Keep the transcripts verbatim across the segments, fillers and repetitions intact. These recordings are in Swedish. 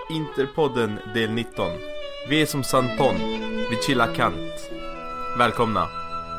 Interpodden del nitton. Vi är som Santon. Vi chillar kant. Välkomna.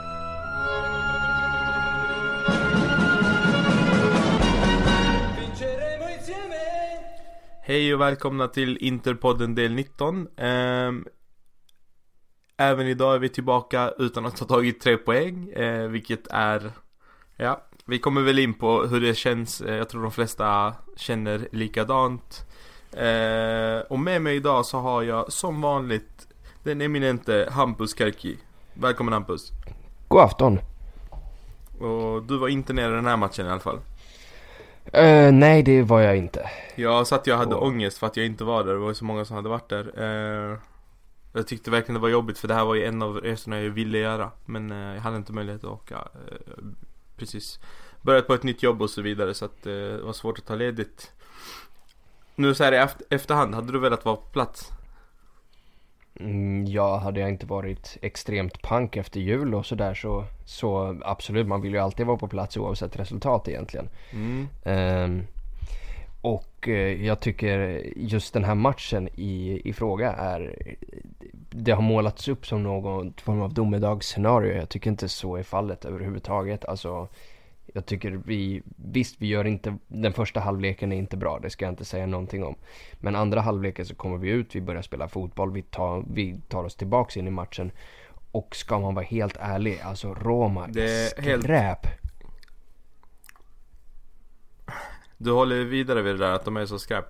Hej och välkomna till Interpodden del nitton. Ehm, Även idag är vi tillbaka utan att ha tagit tre poäng, eh, vilket är, ja, vi kommer väl in på hur det känns. Jag tror de flesta känner likadant. Eh, och med mig idag så har jag som vanligt den eminente Hampus Kärki. Välkommen Hampus. God afton. Och du var inte nere i den här matchen i alla fall. Uh, nej, det var jag inte. Jag satt jag hade och... ångest för att jag inte var där. Det var så många som hade varit där. eh, Jag tyckte verkligen det var jobbigt, för det här var ju en av resorna jag ville göra. Men eh, jag hade inte möjlighet att åka. eh, Precis börjat på ett nytt jobb och så vidare. Så att eh, det var svårt att ta ledigt. Nu så här i efter, efterhand, hade du velat vara på plats? Mm, ja, hade jag inte varit extremt pank efter jul och sådär så, så absolut, man vill ju alltid vara på plats oavsett resultat egentligen. Mm. um, Och eh, jag tycker just den här matchen i, i fråga är, det har målats upp som någon form av domedagsscenario. Jag tycker inte så är fallet överhuvudtaget. Alltså, jag tycker vi, visst vi gör inte, den första halvleken är inte bra, det ska jag inte säga någonting om. Men andra halvleken så kommer vi ut, vi börjar spela fotboll, vi tar, vi tar oss tillbaks in i matchen. Och ska man vara helt ärlig, alltså Roma det är skräp. Helt... Du håller vidare vid det där att de är så skräp.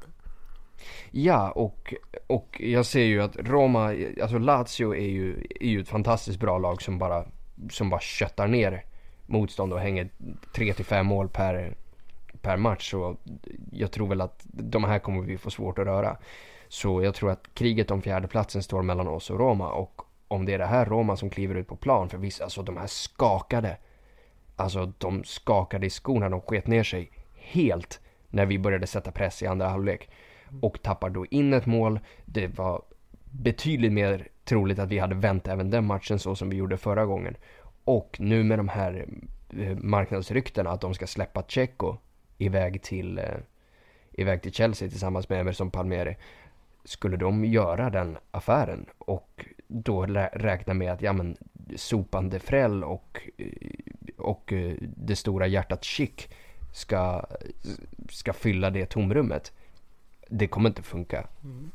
Ja, och, och jag ser ju att Roma, alltså Lazio är ju, är ju ett fantastiskt bra lag som bara, som bara köttar ner motstånd och hänger tre till fem mål per, per match. Så jag tror väl att de här kommer vi få svårt att röra. Så jag tror att kriget om fjärdeplatsen står mellan oss och Roma. Och om det är det här Roma som kliver ut på plan, för vissa, alltså de här skakade, alltså de skakade i skorna, de sket ner sig helt när vi började sätta press i andra halvlek och tappar då in ett mål. Det var betydligt mer troligt att vi hade vänt även den matchen så som vi gjorde förra gången. Och nu med de här marknadsryktena att de ska släppa Tjecko iväg till, eh, iväg till Chelsea tillsammans med Emerson Palmieri, skulle de göra den affären och då räkna med att ja, men, sopande Frell och, och det stora hjärtat Schick ska, ska fylla det tomrummet. Det kommer inte funka. Mm.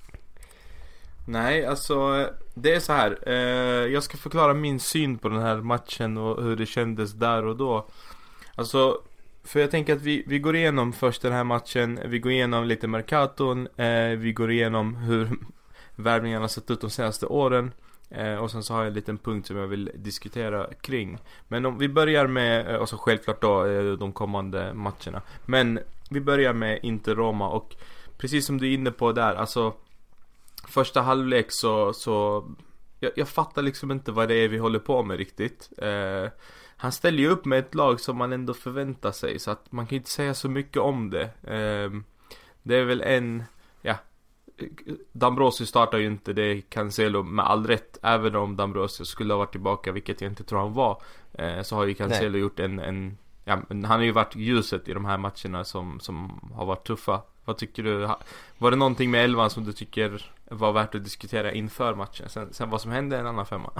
Nej, alltså det är så här. eh, Jag ska förklara min syn på den här matchen och hur det kändes där och då. Alltså, för jag tänker att vi, vi går igenom först den här matchen. Vi går igenom lite Mercaton. eh, Vi går igenom hur värvningarna sett ut de senaste åren. Eh, och sen så har jag en liten punkt som jag vill diskutera kring. Men om vi börjar med, eh, alltså självklart då, eh, de kommande matcherna. Men vi börjar med Inter Roma. Och precis som du är inne på där, alltså första halvlek så, så jag, jag fattar liksom inte vad det är vi håller på med riktigt. eh, Han ställer ju upp med ett lag som man ändå förväntar sig, så att man kan inte säga så mycket om det. eh, Det är väl en, ja, D'Ambrosio startar ju inte, det är Cancelo med all rätt. Även om D'Ambrosio skulle ha varit tillbaka, vilket jag inte tror han var, eh, så har ju Cancelo Nej. gjort en, en ja, han har ju varit ljuset i de här matcherna som, som har varit tuffa. Vad tycker du? Var det någonting med elvan som du tycker var värt att diskutera inför matchen? Sen, sen vad som hände en annan femma?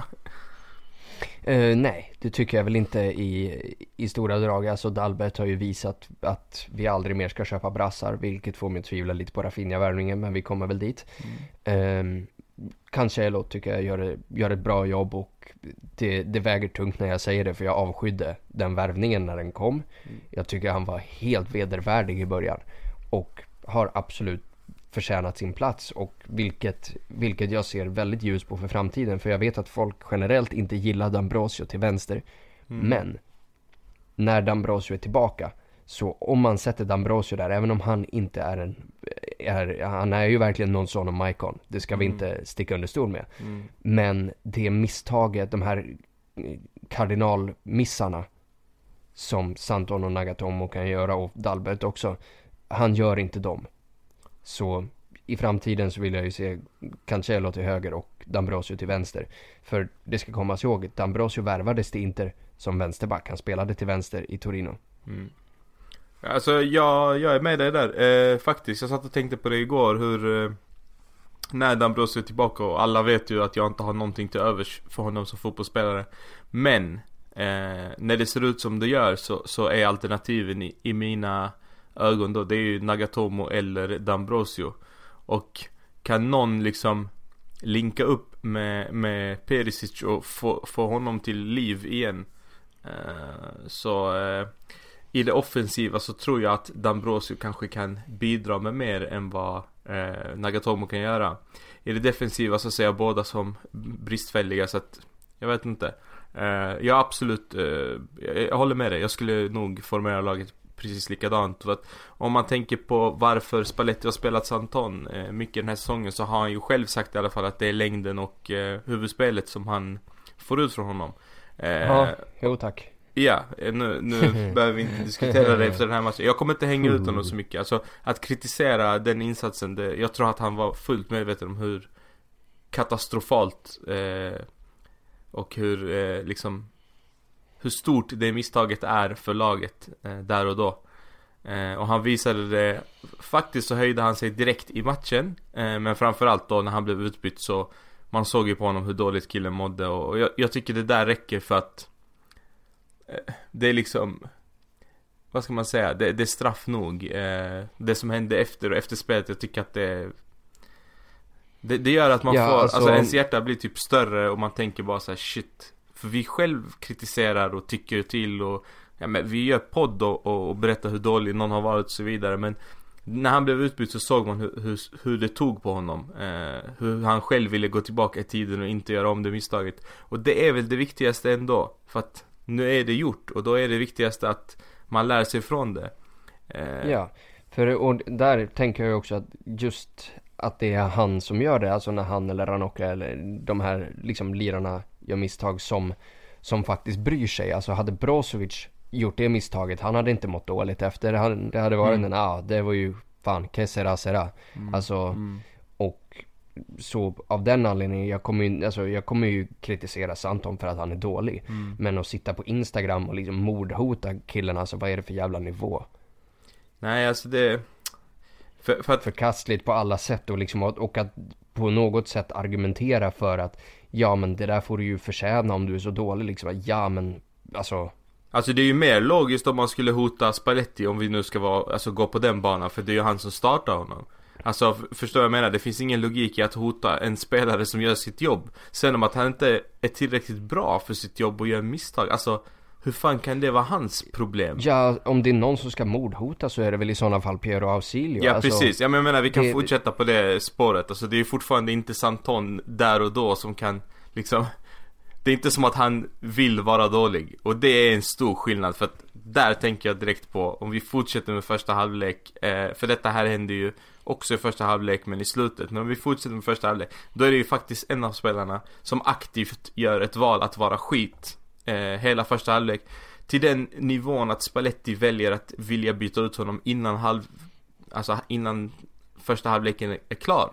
Uh, nej, det tycker jag väl inte i, i stora drag. Alltså Dalbert har ju visat att vi aldrig mer ska köpa brassar, vilket får mig att tvivla lite på Rafinha-värvningen, men vi kommer väl dit. Mm. Uh, Cancelo tycker jag gör, gör ett bra jobb, och det, det väger tungt när jag säger det, för jag avskydde den värvningen när den kom. Mm. Jag tycker han var helt vedervärdig i början och har absolut förtjänat sin plats, och vilket, vilket jag ser väldigt ljus på för framtiden, för jag vet att folk generellt inte gillar D'Ambrosio till vänster. Mm. Men när D'Ambrosio är tillbaka, så om man sätter D'Ambrosio där, även om han inte är en är, han är ju verkligen någon sån av Maicon, det ska vi mm. inte sticka under stol med. Mm. Men det misstaget, de här kardinalmissarna som Santon och Nagatomo kan göra, och Dalbert också, han gör inte dem. Så i framtiden så vill jag ju se Cancelo till höger och D'Ambrosio till vänster. För det ska komma ihåg, D'Ambrosio värvades till Inter som vänsterback. Han spelade till vänster i Torino. Mm. Alltså jag, jag är med dig där eh, faktiskt, jag satt och tänkte på det igår. Hur eh, när D'Ambrosio är tillbaka, och alla vet ju att jag inte har någonting till övers för honom som fotbollsspelare. Men eh, när det ser ut som det gör, så, så är alternativen i, i mina ögon då, det är ju Nagatomo eller D'Ambrosio. Och kan någon liksom linka upp med, med Perisic och få, få honom till liv igen, eh, så eh, i det offensiva så tror jag att D'Ambrosio kanske kan bidra med mer än vad eh, Nagatomo kan göra. I det defensiva så ser jag båda som bristfälliga, så att jag vet inte. eh, Jag absolut eh, jag, jag håller med dig, jag skulle nog formera laget precis likadant. För att om man tänker på varför Spalletti har spelat Santon eh, mycket den här säsongen, så har han ju själv sagt i alla fall att det är längden och eh, huvudspelet som han får ut från honom. eh, Ja, jo tack. Ja, nu, nu behöver vi inte diskutera det efter den här matchen. Jag kommer inte hänga ut honom så mycket. Alltså att kritisera den insatsen, det, jag tror att han var fullt medveten om hur katastrofalt eh, och hur eh, liksom hur stort det misstaget är för laget eh, där och då. Eh, och han visade det. Faktiskt så höjde han sig direkt i matchen, eh, men framförallt då när han blev utbytt, så man såg ju på honom hur dåligt killen mådde. Och jag, jag tycker det där räcker för att eh, det är liksom, vad ska man säga, det, det är straff nog. eh, Det som hände efter och efter spelet, jag tycker att det det, det gör att man ja, får alltså, alltså ens hjärta blir typ större, och man tänker bara så här: shit. För vi själv kritiserar och tycker till, och ja, men vi gör podd och, och, och berättar hur dålig någon har varit och så vidare. Men när han blev utbytt så såg man hur, hur, hur det tog på honom, eh, hur han själv ville gå tillbaka i tiden och inte göra om det misstaget. Och det är väl det viktigaste ändå, för att nu är det gjort, och då är det viktigaste att man lär sig från det. eh. Ja, för och där tänker jag också att just att det är han som gör det, alltså när han eller Ranocchia eller de här liksom lirarna gör misstag som, som faktiskt bryr sig. Alltså hade Brozovic gjort det misstaget, han hade inte mått dåligt efter. Det hade, det hade varit mm. en, ah, det var ju fan, que sera sera. Mm. Alltså, mm. och så av den anledningen, jag kommer ju, alltså, jag kommer ju kritisera Santon för att han är dålig. Mm. Men att sitta på Instagram och liksom mordhota killarna, alltså vad är det för jävla nivå? Nej, alltså det För, för att... förkastligt på alla sätt, och, liksom, och att på något sätt argumentera för att ja, men det där får du ju förtjäna om du är så dålig liksom. Ja, men alltså Alltså det är ju mer logiskt om man skulle hota Spalletti, om vi nu ska vara, alltså, gå på den banan, för det är ju han som startar honom. Alltså förstår jag menar, det finns ingen logik i att hota en spelare som gör sitt jobb. Sen om att han inte är tillräckligt bra för sitt jobb och gör misstag, alltså hur fan kan det vara hans problem? Ja, om det är någon som ska mordhota så är det väl i sådana fall Piero Ausilio. Ja, alltså, precis. Ja, men jag menar, vi kan det... fortsätta på det spåret. Alltså det är ju fortfarande inte Santon där och då som kan liksom... Det är inte som att han vill vara dålig. Och det är en stor skillnad, för att där tänker jag direkt på, om vi fortsätter med första halvlek, eh, för detta här händer ju också i första halvlek, men i slutet, men om vi fortsätter med första halvlek, då är det ju faktiskt en av spelarna som aktivt gör ett val att vara skit eh, hela första halvlek, till den nivån att Spalletti väljer att vilja byta ut honom innan halv, alltså innan första halvleken är klar.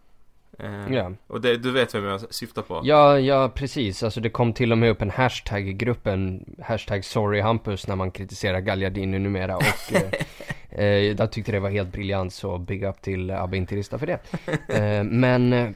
Uh, ja. Och det, du vet vem jag syftar på. Ja, ja, precis. Alltså det kom till och med upp en hashtag i gruppen, hashtag sorry Hampus, när man kritiserar Gagliardini numera. Och eh, eh, jag tyckte det var helt briljant, så big up till Abbe Interista för det. eh, Men eh,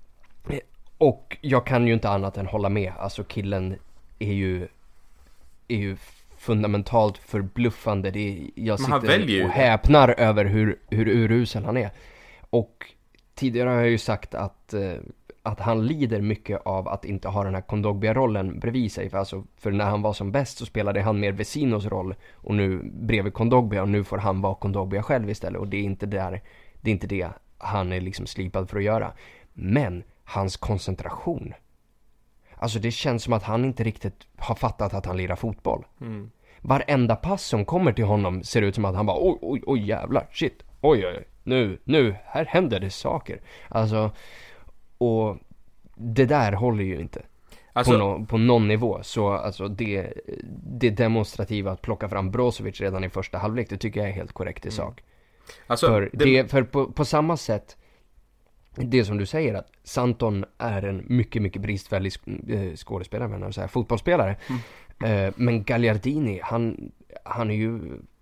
och jag kan ju inte annat än hålla med. Alltså killen är ju Är ju fundamentalt förbluffande. Det är, jag sitter och häpnar det. över hur, hur urusel han är. Och tidigare har jag ju sagt att, eh, att han lider mycket av att inte ha den här Kondogbia-rollen bredvid sig. För, alltså, för när han var som bäst så spelade han mer Vecinos roll, och nu bredvid Kondogbia, och nu får han vara Kondogbia själv istället. Och det är inte, där, det, är inte det han är liksom slipad för att göra. Men hans koncentration, alltså det känns som att han inte riktigt har fattat att han lirar fotboll. Mm. Varenda pass som kommer till honom ser ut som att han bara oj, oj, oj jävlar, shit, oj, oj, nu, nu, här händer det saker. Alltså, och det där håller ju inte alltså, på, no, på någon nivå. Så alltså det, det demonstrativa att plocka fram Brozovic redan i första halvlek, det tycker jag är helt korrekt i mm. sak. Alltså, för det... Det, för på, på samma sätt, det som du säger, att Santon är en mycket, mycket bristfällig skådespelare, men så här, fotbollsspelare. Mm. Men Gagliardini, han, han är ju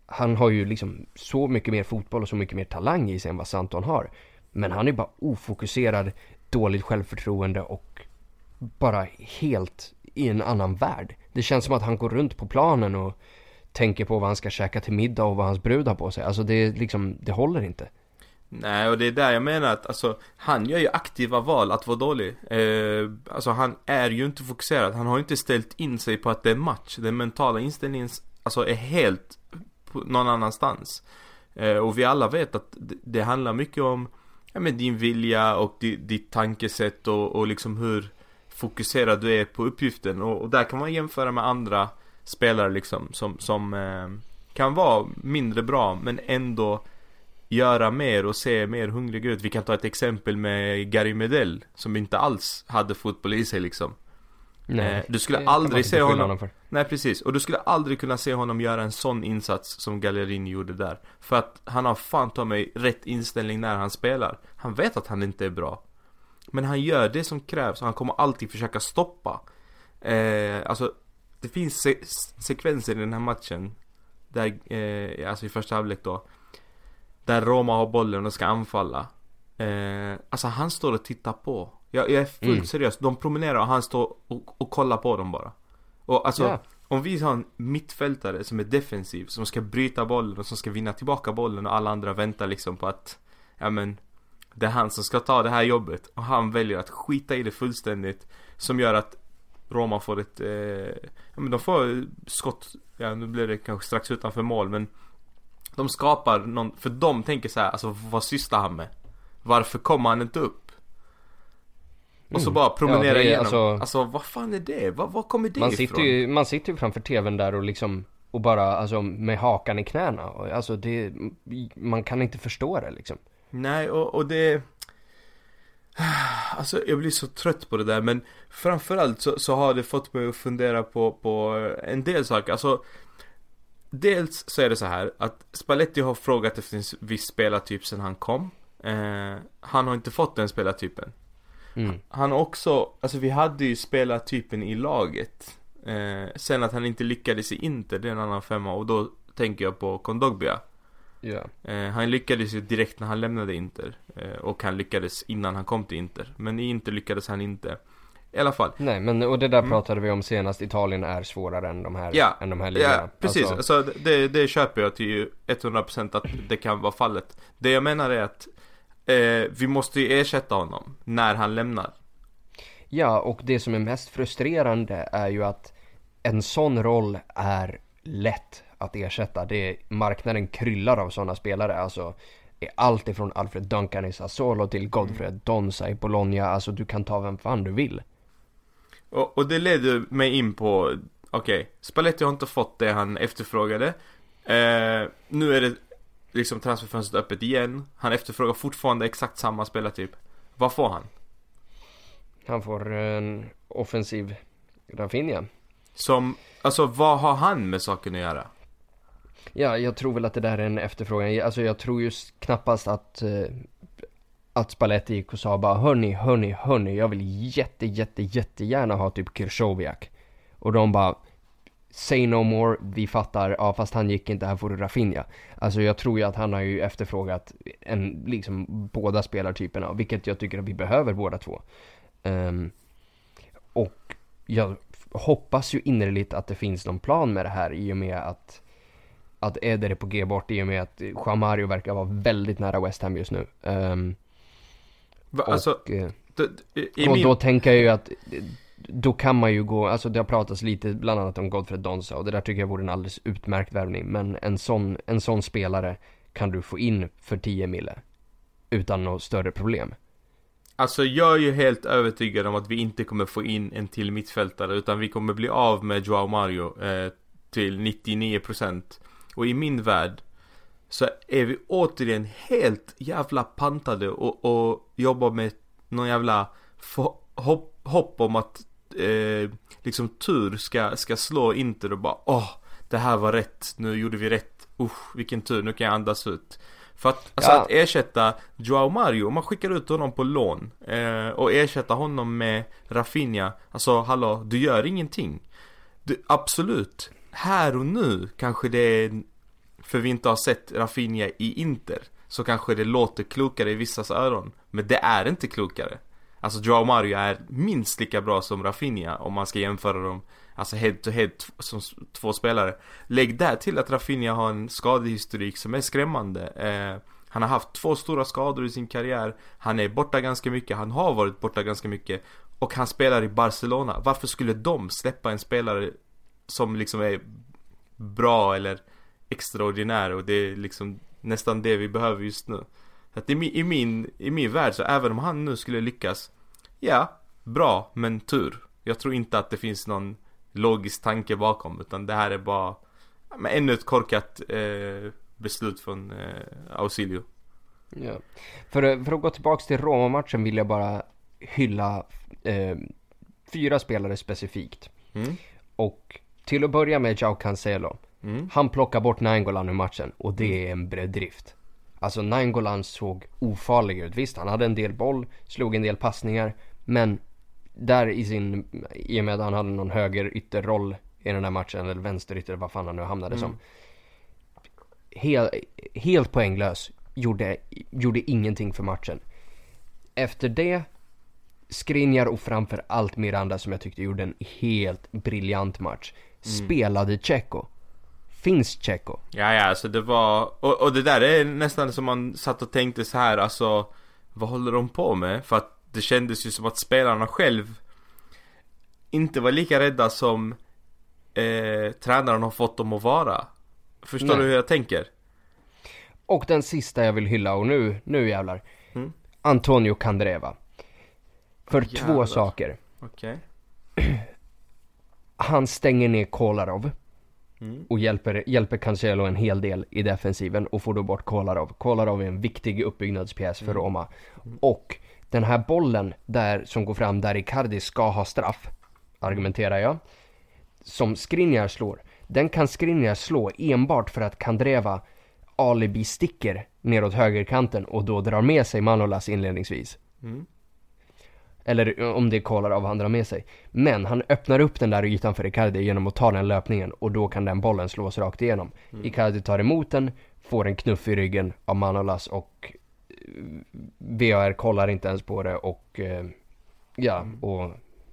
han har ju liksom så mycket mer fotboll och så mycket mer talang i sig än vad Santon har. Men han är bara ofokuserad, dåligt självförtroende och bara helt i en annan värld. Det känns som att han går runt på planen och tänker på vad han ska käka till middag och vad hans brud har på sig. Alltså det är liksom, det håller inte. Nej, och det är där jag menar att alltså, han gör ju aktiva val att vara dålig. eh, Alltså han är ju inte fokuserad. Han har inte ställt in sig på att det är match. Den mentala inställningen alltså, är helt på någon annanstans. eh, Och vi alla vet att det, det handlar mycket om ja, men din vilja och di, ditt tankesätt och, och liksom hur fokuserad du är på uppgiften. Och, och där kan man jämföra med andra spelare liksom, som, som eh, kan vara mindre bra men ändå göra mer och se mer hungrig ut. Vi kan ta ett exempel med Gary Medel som inte alls hade fotboll i sig liksom. Nej, eh, du skulle aldrig se honom, honom för. Nej precis, och du skulle aldrig kunna se honom göra en sån insats som Gallerini gjorde där. För att han har fan ta mig rätt inställning när han spelar. Han vet att han inte är bra, men han gör det som krävs och han kommer alltid försöka stoppa. eh, Alltså det finns se- sekvenser i den här matchen där, eh, alltså i första halvlek då, där Roma har bollen och ska anfalla. eh, Alltså han står och tittar på. Jag, jag är fullt mm. seriös. De promenerar och han står och, och kollar på dem bara. Och alltså yeah. Om vi har en mittfältare som är defensiv, som ska bryta bollen och som ska vinna tillbaka bollen, och alla andra väntar liksom på att ja men det är han som ska ta det här jobbet, och han väljer att skita i det fullständigt, som gör att Roma får ett eh, ja men de får skott. Ja, nu blir det kanske strax utanför mål, men de skapar någon, för de tänker så här, alltså vad sysslar han med? Varför kommer han inte upp? Och så bara promenera ja, igenom. Alltså, alltså vad fan är det? Vad, vad kommer det man ifrån? Sitter ju, man sitter ju framför tvn där och liksom och bara alltså med hakan i knäna. Alltså det, man kan inte förstå det liksom. Nej, och, och det alltså jag blir så trött på det där. Men framförallt så, så har det fått mig att fundera på, på en del saker. Alltså dels så är det så här att Spalletti har frågat efter en viss spelartyp sedan han kom. eh, Han har inte fått den spelartypen. mm. Han också, alltså vi hade ju spelartypen i laget. eh, Sen att han inte lyckades i Inter, det är en annan femma. Och då tänker jag på Kondogbia. yeah. eh, Han lyckades ju direkt när han lämnade Inter. eh, Och han lyckades innan han kom till Inter. Men i Inter lyckades han inte. I alla fall. Nej, men och det där mm. pratade vi om senast. Italien är svårare än de här, ja, än de här ligorna. Ja, precis. Alltså, alltså det, det köper jag till hundra procent att det kan vara fallet. Det jag menar är att eh, vi måste ju ersätta honom när han lämnar. Ja, och det som är mest frustrerande är ju att en sån roll är lätt att ersätta. Det är, marknaden kryllar av sådana spelare. Alltså är allt ifrån Alfred Duncan i Sassuolo till Godfred Donza i Bologna. Alltså du kan ta vem fan du vill. Och, och det leder mig in på okej, okay, Spalletti har inte fått det han efterfrågade. eh, Nu är det liksom transferfönstret öppet igen. Han efterfrågar fortfarande exakt samma spelartyp. Vad får han? Han får en offensiv Rafinha. Som, alltså vad har han med saken att göra? Ja, jag tror väl att det där är en efterfrågan. Alltså jag tror just knappast att eh, att Spalletti gick och sa bara hörni, hörni, hörni, jag vill jätte, jätte, jättegärna ha typ Krychowiak. Och de bara say no more, vi fattar, ja fast han gick inte, här får du Rafinha. Alltså jag tror ju att han har ju efterfrågat en, liksom båda spelartyperna, vilket jag tycker att vi behöver båda två. Um, och jag hoppas ju innerligt att det finns någon plan med det här i och med att att Eder är på G bort, i och med att Juan Mario verkar vara väldigt nära West Ham just nu. Um, Va, alltså, och eh, d- d- och min... då tänker jag ju att då kan man ju gå, alltså det har pratats lite bland annat om Godfred Donza och det där tycker jag vore en alldeles utmärkt värvning, men en sån, en sån spelare kan du få in för tio mille utan något större problem. Alltså jag är ju helt övertygad om att vi inte kommer få in en till mittfältare, utan vi kommer bli av med Joao Mario eh, till nittionio procent. Och i min värld så är vi återigen helt jävla pantade och, och jobbar med någon jävla hopp, hopp om att eh, liksom tur ska, ska slå Inter och bara åh, det här var rätt, nu gjorde vi rätt, usch, vilken tur, nu kan jag andas ut. För att, alltså ja. att ersätta Joao Mario, man skickar ut honom på lån eh, och ersätta honom med Rafinha, alltså hallå, du gör ingenting. Du, absolut, här och nu kanske det är för vi inte har sett Rafinha i Inter, så kanske det låter klokare i vissas öron. Men det är inte klokare. Alltså Joao Mario är minst lika bra som Rafinha om man ska jämföra dem, alltså head to head som två spelare. Lägg där till att Rafinha har en skadehistorik som är skrämmande. eh, Han har haft två stora skador i sin karriär. Han är borta ganska mycket, han har varit borta ganska mycket. Och han spelar i Barcelona. Varför skulle de släppa en spelare som liksom är bra eller extraordinär? Och det är liksom nästan det vi behöver just nu. Så att i, min, i, min, i min värld, så även om han nu skulle lyckas, ja, bra, men tur. Jag tror inte att det finns någon logisk tanke bakom, utan det här är bara men ännu ett korkat eh, beslut från eh, Ausilio. Ja. För, för att gå tillbaka till Roma-matchen vill jag bara hylla eh, fyra spelare specifikt. Mm. Och till att börja med Joao Cancelo. Mm. Han plockar bort Nainggolan ur matchen, och det är en bedrift. Alltså Nainggolan såg ofarlig ut. Visst, han hade en del boll, slog en del passningar, men där i sin, i och med att han hade någon höger ytterroll i den här matchen, eller vänster ytter, vad fan han nu hamnade mm. som. Hel, helt poänglös. Gjorde, gjorde ingenting för matchen. Efter det Skriniar och framför allt Miranda, som jag tyckte gjorde en helt briljant match. Mm. Spelade Tjecko. Finns Tjecko. Ja, ja, alltså det var... Och, och det där är nästan som man satt och tänkte så här, alltså, vad håller de på med? För att det kändes ju som att spelarna själv inte var lika rädda som eh, tränaren har fått dem att vara. Förstår Nej. du hur jag tänker? Och den sista jag vill hylla, och nu, nu jävlar. Mm. Antonio Candreva. För jävlar. två saker. Okej. Okay. Han stänger ner Kolarov. Mm. Och hjälper, hjälper Cancelo en hel del i defensiven och får då bort Kolarov. Kolarov är en viktig uppbyggnadspjäs för mm. Roma. Mm. Och den här bollen där som går fram där Icardi ska ha straff, argumenterar jag, som Skriniar slår, den kan Skriniar slå enbart för att Candreva alibi sticker neråt högerkanten och då drar med sig Manolas inledningsvis. Mm. Eller om det är Kolarov han drar med sig. Men han öppnar upp den där ytan för Icardi genom att ta den löpningen, och då kan den bollen slås rakt igenom. Mm. Icardi tar emot den, får en knuff i ryggen av Manolas, och V A R kollar inte ens på det, och ja, och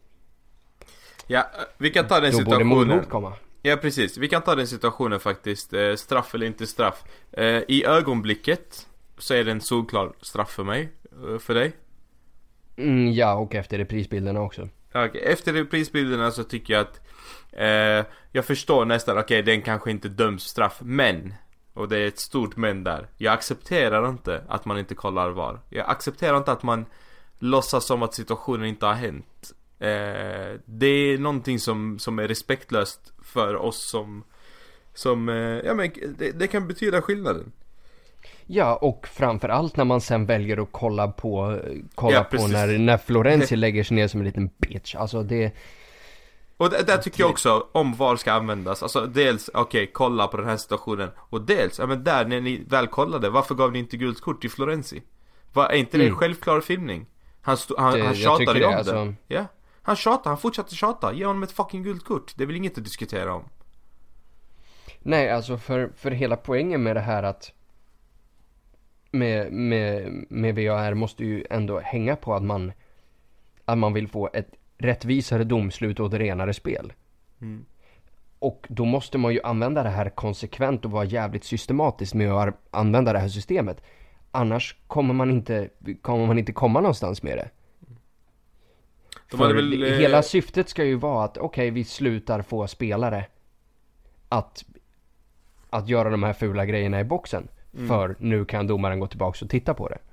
ja, vi kan ta den då situationen. Borde Mormot komma. Ja, precis. Vi kan ta den situationen faktiskt. Eh, straff eller inte straff. Eh, I ögonblicket så är det en solklar straff för mig. Eh, för dig? Mm, ja, och efter reprisbilderna också. Okay. Efter reprisbilderna så tycker jag att eh, jag förstår nästan, okej, okay, den kanske inte döms straff, men, och det är ett stort men där, jag accepterar inte att man inte kollar V A R. Jag accepterar inte att man låtsas som att situationen inte har hänt. Eh, det är någonting som, som är respektlöst för oss som, som eh, ja, men det, det kan betyda skillnaden. Ja, och framförallt när man sen väljer att kolla på kolla ja, på när, när Florenzi lägger sig ner som en liten bitch. Alltså det... Och där, där tycker jag också om V A R ska användas. Alltså dels, okej, okay, kolla på den här situationen. Och dels, ja men där när ni väl kollade, varför gav ni inte gult kort till Florenzi? Var, är inte det en mm. självklar filmning? Han, st- han, det, han tjatade ju om det, alltså... Ja, han tjatade, han fortsatte tjata. Ge honom ett fucking gult kort. Det är väl inget att diskutera om. Nej, alltså för, för hela poängen med det här att Med, med, med V A R måste ju ändå hänga på att man att man vill få ett rättvisare domslut och ett renare spel. Mm. Och då måste man ju använda det här konsekvent och vara jävligt systematisk med att använda det här systemet. Annars kommer man inte kommer man inte komma någonstans med det. De För väl, det, hela syftet ska ju vara att okej, okay, vi slutar få spelare att att göra de här fula grejerna i boxen. Mm. För nu kan domaren gå tillbaka och titta på det.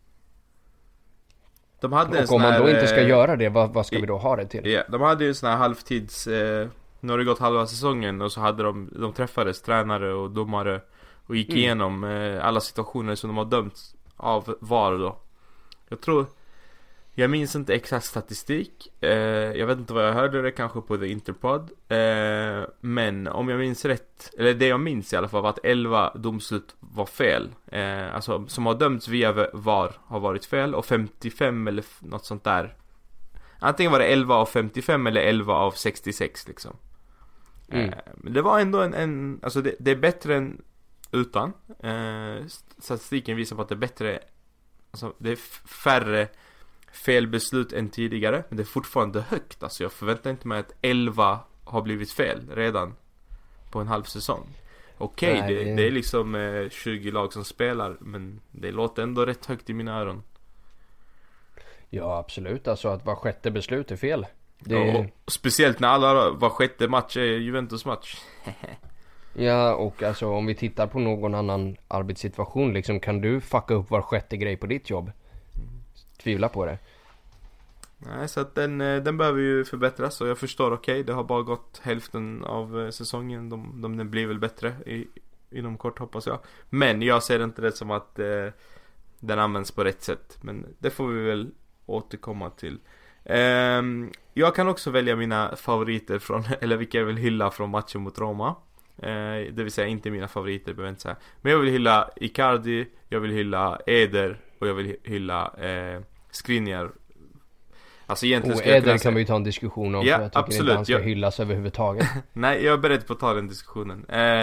De hade och om man här, då inte ska göra det, vad, vad ska i, vi då ha det till? Ja, de hade ju sån här halvtids eh, nu har det gått halva säsongen, och så hade de de träffades, tränare och domare, och gick mm. igenom eh, alla situationer som de har dömt av V A R då. Jag tror Jag minns inte exakt statistik. eh, Jag vet inte vad jag hörde det, kanske på The Interpod. eh, Men om jag minns rätt, eller det jag minns i alla fall, var att elva domslut var fel. eh, Alltså som har dömts via V A R har varit fel, och femtiofem eller något sånt där. Antingen var det elva av femtiofem eller elva av sextiosex liksom. mm. eh, Men det var ändå en, en alltså det, det är bättre än utan. Eh, statistiken visar på att det är bättre, alltså det är färre felbeslut än tidigare, men det är fortfarande högt. Alltså jag förväntar inte mig att elva har blivit fel redan på en halv säsong. Okej, okay, det, det... det är liksom eh, tjugo lag som spelar, men det låter ändå rätt högt i mina öron. Ja, absolut. Alltså att var sjätte beslut är fel. Det... Och, och speciellt när alla var sjätte match är Juventus match. Ja, och alltså om vi tittar på någon annan arbetssituation liksom, kan du fucka upp var sjätte grej på ditt jobb? Tvivla på det. Nej, så att den, den behöver ju förbättras. Och jag förstår, okej, okay, det har bara gått hälften av säsongen. De, de, den blir väl bättre i, inom kort, hoppas jag. Men jag ser inte det som att eh, den används på rätt sätt. Men det får vi väl återkomma till. eh, Jag kan också välja mina favoriter från, eller vilka jag vill hylla från matchen mot Roma. eh, Det vill säga inte mina favoriter, behöver inte säga. Men jag vill hylla Icardi, jag vill hylla Eder och jag vill hylla eh, Skriniar. Alltså egentligen oh, Eder kan vi ju ta en diskussion om, ja, för jag tycker absolut. inte han ska jag... hyllas överhuvudtaget. Nej, jag är beredd på att ta den diskussionen. eh,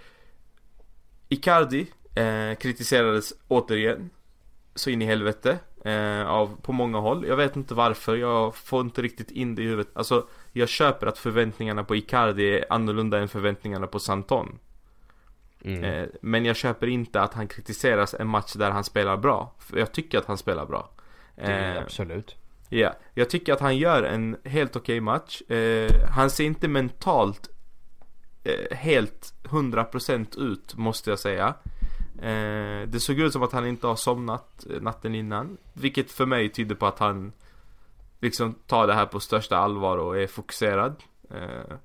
Icardi eh, kritiserades återigen så in i helvete eh, av, på många håll. Jag vet inte varför, jag får inte riktigt in det i huvudet. Alltså, jag köper att förväntningarna på Icardi är annorlunda än förväntningarna på Santon. Mm. eh, Men jag köper inte att han kritiseras en match där han spelar bra. För jag tycker att han spelar bra. Det är eh, absolut. Ja, yeah. Jag tycker att han gör en helt okej match. eh, Han ser inte mentalt eh, helt hundra procent ut, måste jag säga. eh, Det såg ut som att han inte har somnat natten innan, vilket för mig tyder på att han liksom tar det här på största allvar och är fokuserad. eh,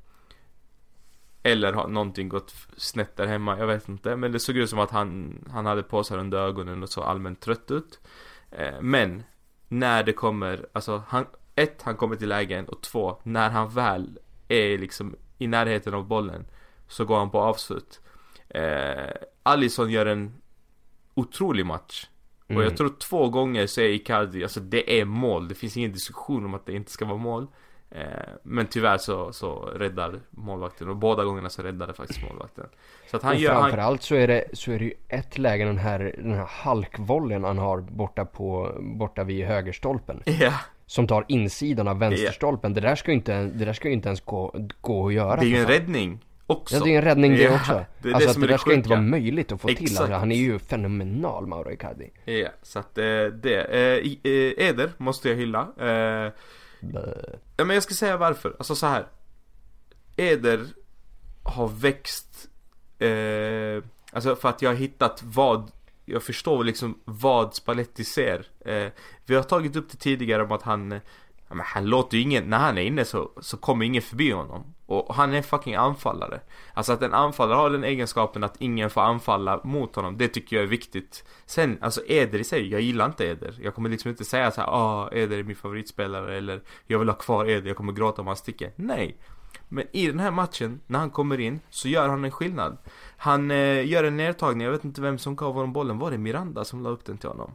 Eller har någonting gått snett där hemma, jag vet inte. Men det såg ut som att han, han hade på sig under ögonen och så allmänt trött ut. eh, Men när det kommer, alltså han, ett, han kommer till lägen, och två, när han väl är liksom i närheten av bollen så går han på avslut. eh, Alisson gör en otrolig match. Mm. Och jag tror två gånger så är Icardi, alltså det är mål, det finns ingen diskussion om att det inte ska vara mål. eh, Men tyvärr så, så räddar målvakten, och båda gångerna så räddade faktiskt målvakten. Så att han och gör, framförallt han... så är det så är det ju ett läge, den här den här halkvollen han har borta på borta vid högerstolpen. Ja. Yeah. Som tar insidan av vänsterstolpen. Yeah. Det där ska ju inte det där ska ju inte ens gå gå att göra. Det är ju en räddning också. Ja, det är en räddning det yeah. också. Det är alltså det att som det är det där ska sjuka. inte vara möjligt att få Exakt. till. Alltså, han är ju fenomenal, Mauro Icardi. Ja, yeah. Så att eh, det eh, Eder måste jag hylla. Eh, ja, men jag ska säga varför. Alltså så här. Eder har växt, eh, alltså för att jag har hittat vad, jag förstår liksom vad Spalletti ser. eh, Vi har tagit upp det tidigare om att han, ja, men han låter ju ingen, när han är inne så, så kommer ingen förbi honom. Och han är fucking anfallare. Alltså att en anfallare har den egenskapen att ingen får anfalla mot honom, det tycker jag är viktigt. Sen, alltså Eder i sig, jag gillar inte Eder. Jag kommer liksom inte säga så här, ah, Eder är min favoritspelare, eller jag vill ha kvar Eder, jag kommer gråta om han sticker. Nej. Men i den här matchen, när han kommer in, så gör han en skillnad. Han eh, gör en nedtagning, jag vet inte vem som gav honom bollen. Var det Miranda som la upp den till honom?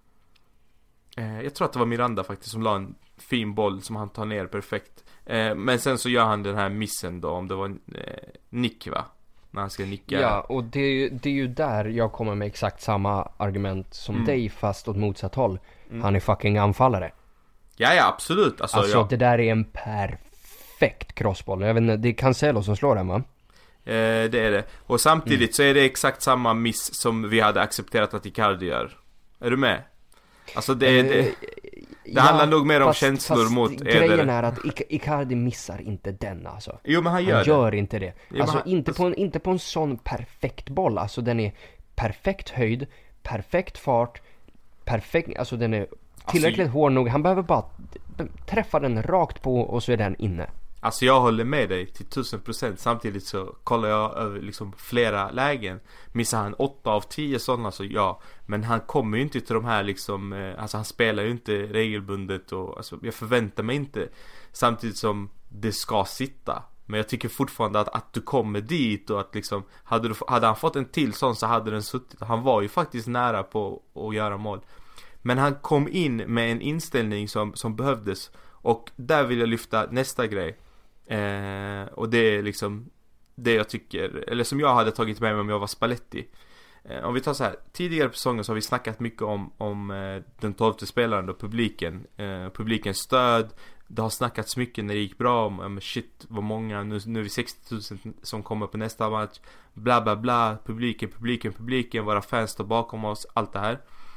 Eh, jag tror att det var Miranda faktiskt som la en fin boll som han tar ner perfekt. eh, Men sen så gör han den här missen då, om det var eh, nick, va? När han ska nicka. Ja, och det är, ju, det är ju där jag kommer med exakt samma argument som mm. dig, fast åt motsatt håll. mm. Han är fucking anfallare. Ja, ja, absolut. Alltså, alltså ja. det där är en perfekt crossboll. Jag vet inte, det är Cancelo som slår den, va? Eh, det är det. Och samtidigt mm. så är det exakt samma miss som vi hade accepterat att Icardi gör. Är du med? Alltså det, eh, det, det ja, handlar nog mer om fast, känslor fast mot grejen Eder. är att Ik- Icardi missar inte den, alltså. Jo, men han gör han det. gör inte det. Jo, alltså han, inte, alltså... på en, inte på en sån perfekt boll. Alltså den är perfekt höjd, perfekt fart, perfekt, alltså den är tillräckligt alltså, hård nog. Han behöver bara träffa den rakt på och så är den inne. Alltså jag håller med dig till tusen procent. Samtidigt så kollar jag över liksom flera lägen. Missar han åtta av tio sådana, så ja. Men han kommer ju inte till de här liksom, eh, alltså han spelar ju inte regelbundet. Och, alltså, jag förväntar mig inte. Samtidigt som det ska sitta. Men jag tycker fortfarande att, att du kommer dit och att liksom, hade, du, hade han fått en till sån så hade den suttit. Han var ju faktiskt nära på att göra mål. Men han kom in med en inställning som, som behövdes. Och där vill jag lyfta nästa grej. Eh, och det är liksom det jag tycker, eller som jag hade tagit med mig om jag var Spalletti. eh, Om vi tar så här, tidigare på säsongen så har vi snackat mycket om, om eh, den tolfte spelaren och publiken, eh, publikens stöd. Det har snackats mycket när det gick bra om, om shit vad många, nu, nu är vi sextio tusen som kommer på nästa match, bla bla bla, publiken, publiken, publiken, våra fans står bakom oss, allt det här.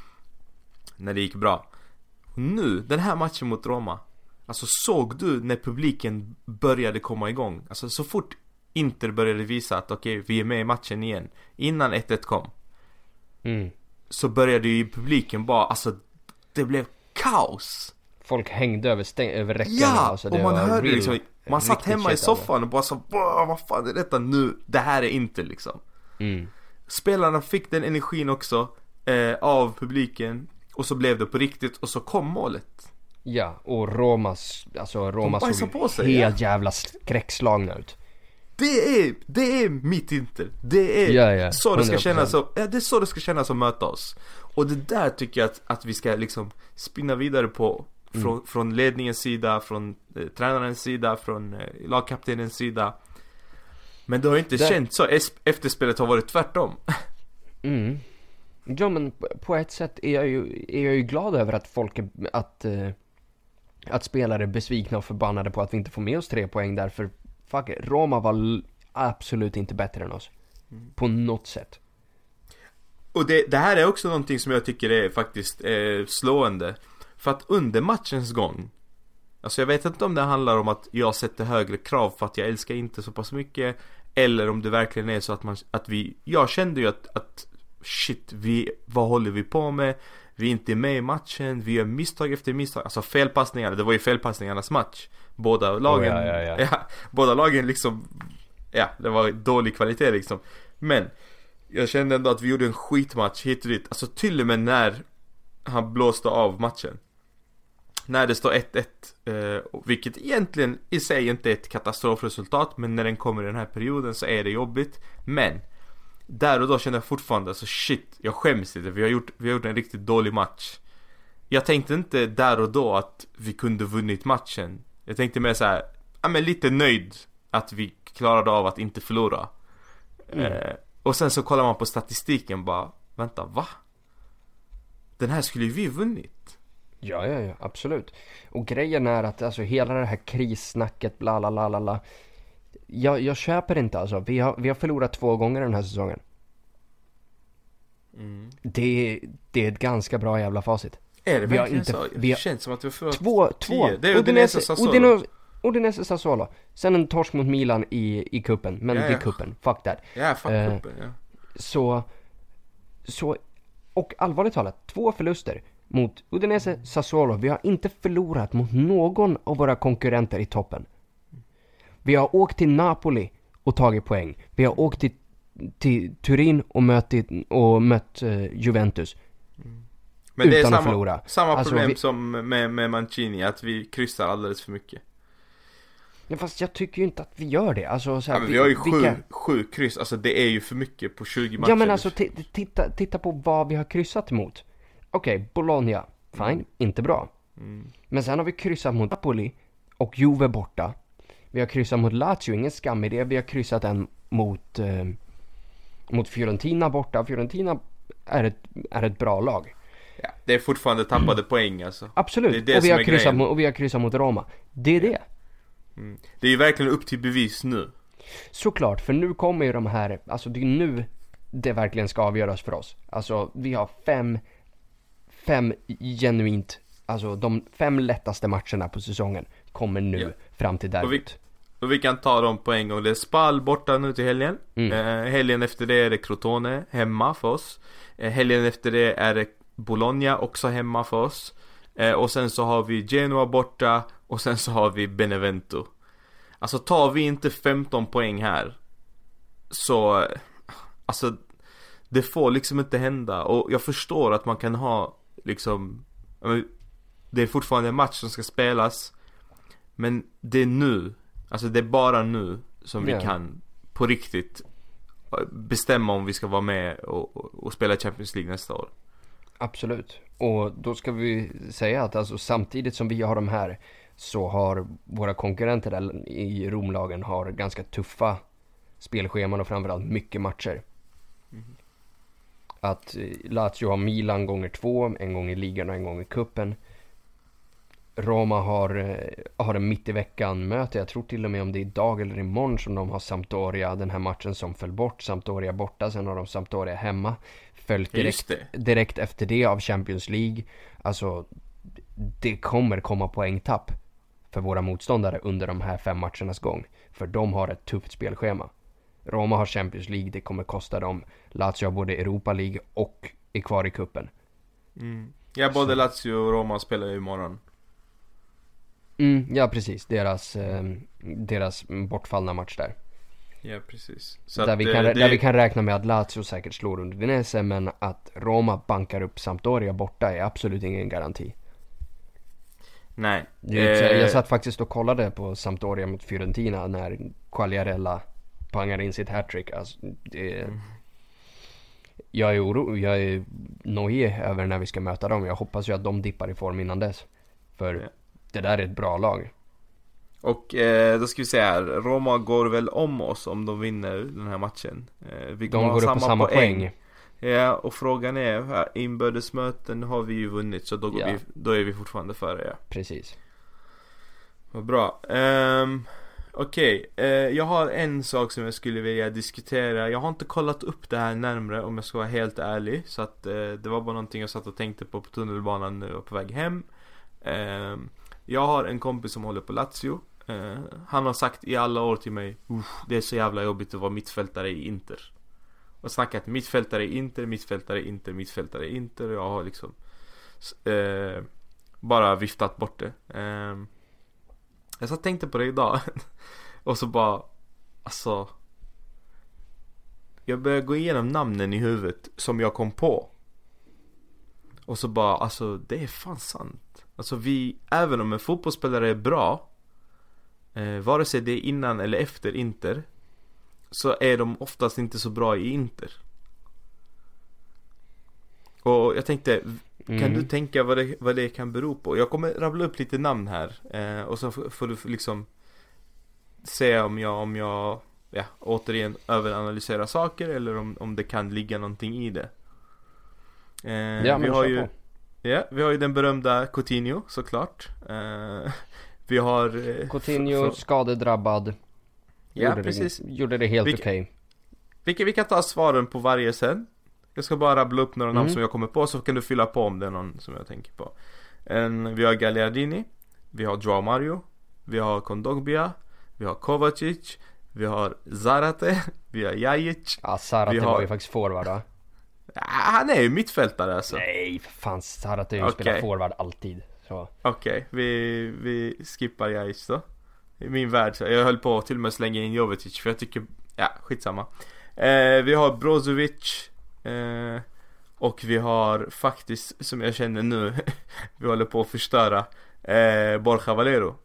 När det gick bra. Nu, den här matchen mot Roma, alltså såg du när publiken började komma igång? Alltså så fort Inter började visa att okej, okay, vi är med i matchen igen, innan ett ett kom, mm. så började ju publiken bara, alltså det blev kaos. Folk hängde över, stäng- över räckorna. Ja, alltså, det och man var hörde real, liksom, man satt hemma i soffan alltså. och bara så, vad fan är detta nu? Det här är inte liksom. Mm. Spelarna fick den energin också eh, av publiken, och så blev det på riktigt, och så kom målet. Ja, och Romas, alltså Roma De såg på sig, helt ja. jävla skräckslagna ut. Det är, det är mitt Inter. Det är ja, ja, så det ska kännas som, ja, det är så det ska kännas att möta oss. Och det där tycker jag att, att vi ska liksom spinna vidare på. Från, mm. från ledningens sida, från eh, tränarens sida, från eh, lagkaptenens sida. Men det har inte det... känt så. Efterspelet har varit tvärtom. Mm. Ja, men på ett sätt är jag ju, är jag ju glad över att folk är, att, eh, att spelare är besvikna och förbannade på att vi inte får med oss tre poäng. Därför, fuck it, Roma var l- absolut inte bättre än oss. Mm. På något sätt. Och det, det här är också någonting som jag tycker är faktiskt eh, slående. För att under matchens gång, alltså jag vet inte om det handlar om att jag sätter högre krav för att jag älskar inte så pass mycket, eller om det verkligen är så att man, att vi, jag kände ju att, att shit, vi, vad håller vi på med? Vi är inte med i matchen, vi gör misstag efter misstag, alltså felpassningarna, det var ju felpassningarnas match. Båda lagen, oh, ja, ja, ja. Ja, båda lagen liksom, ja, det var dålig kvalitet liksom. Men jag kände ändå att vi gjorde en skitmatch hit och dit, alltså till och med när han blåste av matchen. När det står ett ett, eh, vilket egentligen i sig inte är ett katastrofresultat, men när den kommer i den här perioden så är det jobbigt. Men där och då kände jag fortfarande, alltså shit, jag skäms lite. Vi har gjort, vi har gjort en riktigt dålig match. Jag tänkte inte där och då att vi kunde vunnit matchen. Jag tänkte mer så här, ja men lite nöjd att vi klarade av att inte förlora. Mm. Eh, och sen så kollar man på statistiken bara, vänta, va? Den här skulle ju vi vunnit. Ja, ja, ja, absolut. Och grejen är att alltså hela det här krissnacket, bla bla bla bla. Jag, jag köper inte alltså. Vi har, vi har förlorat två gånger den här säsongen. Mm. Det, det är ett ganska bra jävla facit. Är det vi verkligen inte, så? Vi har, det känns som att vi har förlorat två, två. Det är Udinese Sassuolo. Udinese Sassuolo. Sen en torsk mot Milan i, i kuppen. Men ja, det är ja. kuppen. Fuck that. Ja, fuck uh, kuppen, ja. Så, så, och allvarligt talat, två förluster mot Udinese Sassuolo. Vi har inte förlorat mot någon av våra konkurrenter i toppen. Vi har åkt till Napoli och tagit poäng. Vi har åkt till, till Turin och mött, och mött uh, Juventus. Mm. Men det är utan samma, att förlora. samma Alltså, problem vi... som med, med Mancini, att vi kryssar alldeles för mycket. Ja, fast jag tycker ju inte att vi gör det. Alltså, så här, ja, men vi har ju sju, vilka... sju kryss, alltså det är ju för mycket på tjugo matcher. Ja, men alltså t- titta, titta på vad vi har kryssat emot. Okej, okay, Bologna, fine, mm. inte bra. Mm. Men sen har vi kryssat mot Napoli och Juve borta. Vi har kryssat mot Lazio, ingen skam i det. Vi har kryssat en mot, eh, mot Fiorentina borta. Fiorentina är ett, är ett bra lag. Ja, det är fortfarande tappade mm. poäng alltså. Absolut, det är det och, vi har är kryssat mot, och vi har kryssat mot Roma. Det är det. Mm. Det är ju verkligen upp till bevis nu. Såklart, för nu kommer ju de här, alltså det är nu det verkligen ska avgöras för oss. Alltså vi har fem, fem genuint, alltså de fem lättaste matcherna på säsongen kommer nu ja. fram till derbyt. Och vi, och vi kan ta dem på en gång. Det är Spal borta nu till helgen. Mm. Eh, helgen efter det är det Crotone hemma för oss. Eh, helgen efter det är det Bologna också hemma för oss. Eh, och sen så har vi Genoa borta. Och sen så har vi Benevento. Alltså tar vi inte femton poäng här, så alltså det får liksom inte hända. Och jag förstår att man kan ha liksom, det är fortfarande en match som ska spelas, men det är nu, alltså det är bara nu som yeah. vi kan på riktigt bestämma om vi ska vara med och, och, och spela Champions League nästa år. Absolut. Och då ska vi säga att alltså, samtidigt som vi har de här, så har våra konkurrenter i Romlagen har ganska tuffa spelscheman och framförallt mycket matcher. Mm. Att Lazio har Milan gånger två, en gång i ligan och en gång i kuppen. Roma har, har en mitt i veckan möte, jag tror till och med om det är idag eller imorgon som de har Sampdoria, den här matchen som föll bort, Sampdoria borta, sen har de Sampdoria hemma, följt direkt, direkt efter det av Champions League. Alltså det kommer komma poängtapp för våra motståndare under de här fem matchernas gång, för de har ett tufft spelschema. Roma har Champions League, det kommer kosta dem. Lazio har både Europa League och är kvar i kuppen. Mm. Ja, både Så. Lazio och Roma spelar ju imorgon. Mm, ja, precis. Deras, eh, deras bortfallna match där. Ja, precis. Så där, att, vi kan, det... där vi kan räkna med att Lazio säkert slår Udinese, men att Roma bankar upp Sampdoria borta är absolut ingen garanti. Nej. Det, eh... Jag satt faktiskt och kollade på Sampdoria mot Fiorentina när Quagliarella pangar in sitt hattrick. Alltså, det, mm. Jag är oro, jag är nojig över när vi ska möta dem. Jag hoppas ju att de dippar i form innan dess. För ja. Det där är ett bra lag. Och eh, då ska vi säga här, Roma går väl om oss om de vinner den här matchen. Eh, vi de går upp på samma poäng. poäng. Ja, och frågan är, här, inbördesmöten har vi ju vunnit, så då, går ja. vi, då är vi fortfarande före. Ja. Precis. Vad bra. Um, Okej, okay. uh, jag har en sak som jag skulle vilja diskutera. Jag har inte kollat upp det här närmare, om jag ska vara helt ärlig. Så att uh, det var bara någonting jag satt och tänkte på på tunnelbanan nu och på väg hem. Uh, jag har en kompis som håller på Lazio. Uh, han har sagt i alla år till mig, det är så jävla jobbigt att vara mittfältare i Inter. Och snackat mittfältare i Inter, mittfältare i Inter, mittfältare i Inter. Och jag har liksom uh, bara viftat bort det. Uh, jag så tänkte på det idag. Och så bara, alltså, jag började gå igenom namnen i huvudet som jag kom på. Och så bara, alltså det är fan sant. Alltså vi, även om en fotbollsspelare är bra, eh, vare sig det är innan eller efter Inter, så är de oftast inte så bra i Inter. Och jag tänkte, kan mm. du tänka vad det, vad det kan bero på? Jag kommer rabbla upp lite namn här, eh, och så får, får du liksom se om jag, om jag ja, återigen överanalyserar saker, eller om, om det kan ligga någonting i det. Eh, ja, vi har ju ja, vi har ju den berömda Coutinho, såklart. Eh, vi har eh, Coutinho från... skadedrabbad. Ja, gjorde precis. Det, gjorde det helt okej. Okay. Vi, vi kan ta svaren på varje sen. Jag ska bara rabbla upp några namn mm. som jag kommer på, så kan du fylla på om det är någon som jag tänker på. En, vi har Gagliardini, vi har Joao Mario, vi har Kondogbia, vi har Kovacic, vi har Zarate, vi har Jajic. Ja, Zarate har... var ju faktiskt forward, va? Ja, han är ju mittfältare alltså. Nej, för fan, Zarate är ju okay. Spelar forward alltid. Okej, okay, vi, vi skippar Jajic då. I min värld, jag höll på till och med slänga in Jovetic, för jag tycker, ja, skitsamma. Eh, vi har Brozovic. Eh, och vi har faktiskt, som jag känner nu, vi håller på att förstöra, eh, Borja Valero.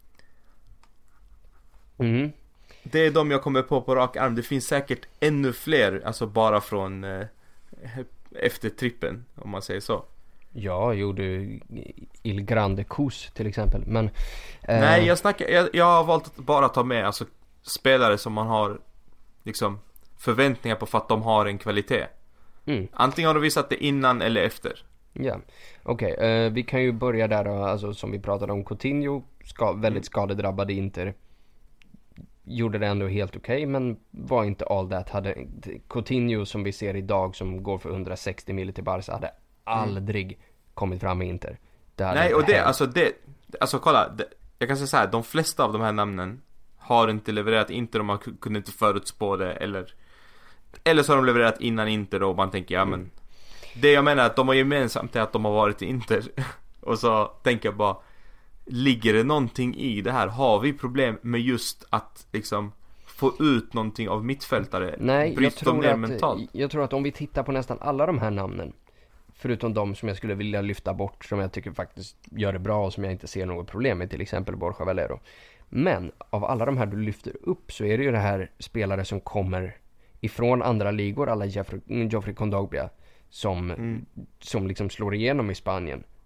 Mm. Det är de jag kommer på på rak arm. Det finns säkert ännu fler, alltså bara från eh, efter trippen, om man säger så. Ja, gjorde Il Grande Cus till exempel, men eh... Nej, jag snackar jag, jag har valt att bara ta med alltså spelare som man har liksom förväntningar på för att de har en kvalitet. Mm. Antingen har du visat det innan eller efter. Ja, okej. Okay. Uh, vi kan ju börja där då, alltså, som vi pratade om. Coutinho, ska, väldigt mm. skadedrabbade Inter. Gjorde det ändå helt okej, okay, men var inte all that. Hade Coutinho, som vi ser idag, som går för hundrasextio miljoner till Barca, hade aldrig mm. kommit fram med Inter. Nej, och det, alltså det, alltså kolla, det, jag kan säga så här, de flesta av de här namnen har inte levererat Inter, om man kunde inte förutspå det, eller Eller så har de levererat innan Inter, och man tänker, ja men mm. det jag menar är att de har gemensamt är att de har varit i Inter. Och så tänker jag bara, ligger det någonting i det här? Har vi problem med just att liksom få ut någonting av mittfältare? Nej, jag tror, ner att, mentalt? jag tror att om vi tittar på nästan alla de här namnen, förutom de som jag skulle vilja lyfta bort, som jag tycker faktiskt gör det bra och som jag inte ser något problem med, till exempel Borja Valero. Men av alla de här du lyfter upp, så är det ju det här spelare som kommer ifrån andra ligor, alla Geoffrey, Geoffrey Kondogbia, som, mm. som liksom slår igenom i Spanien.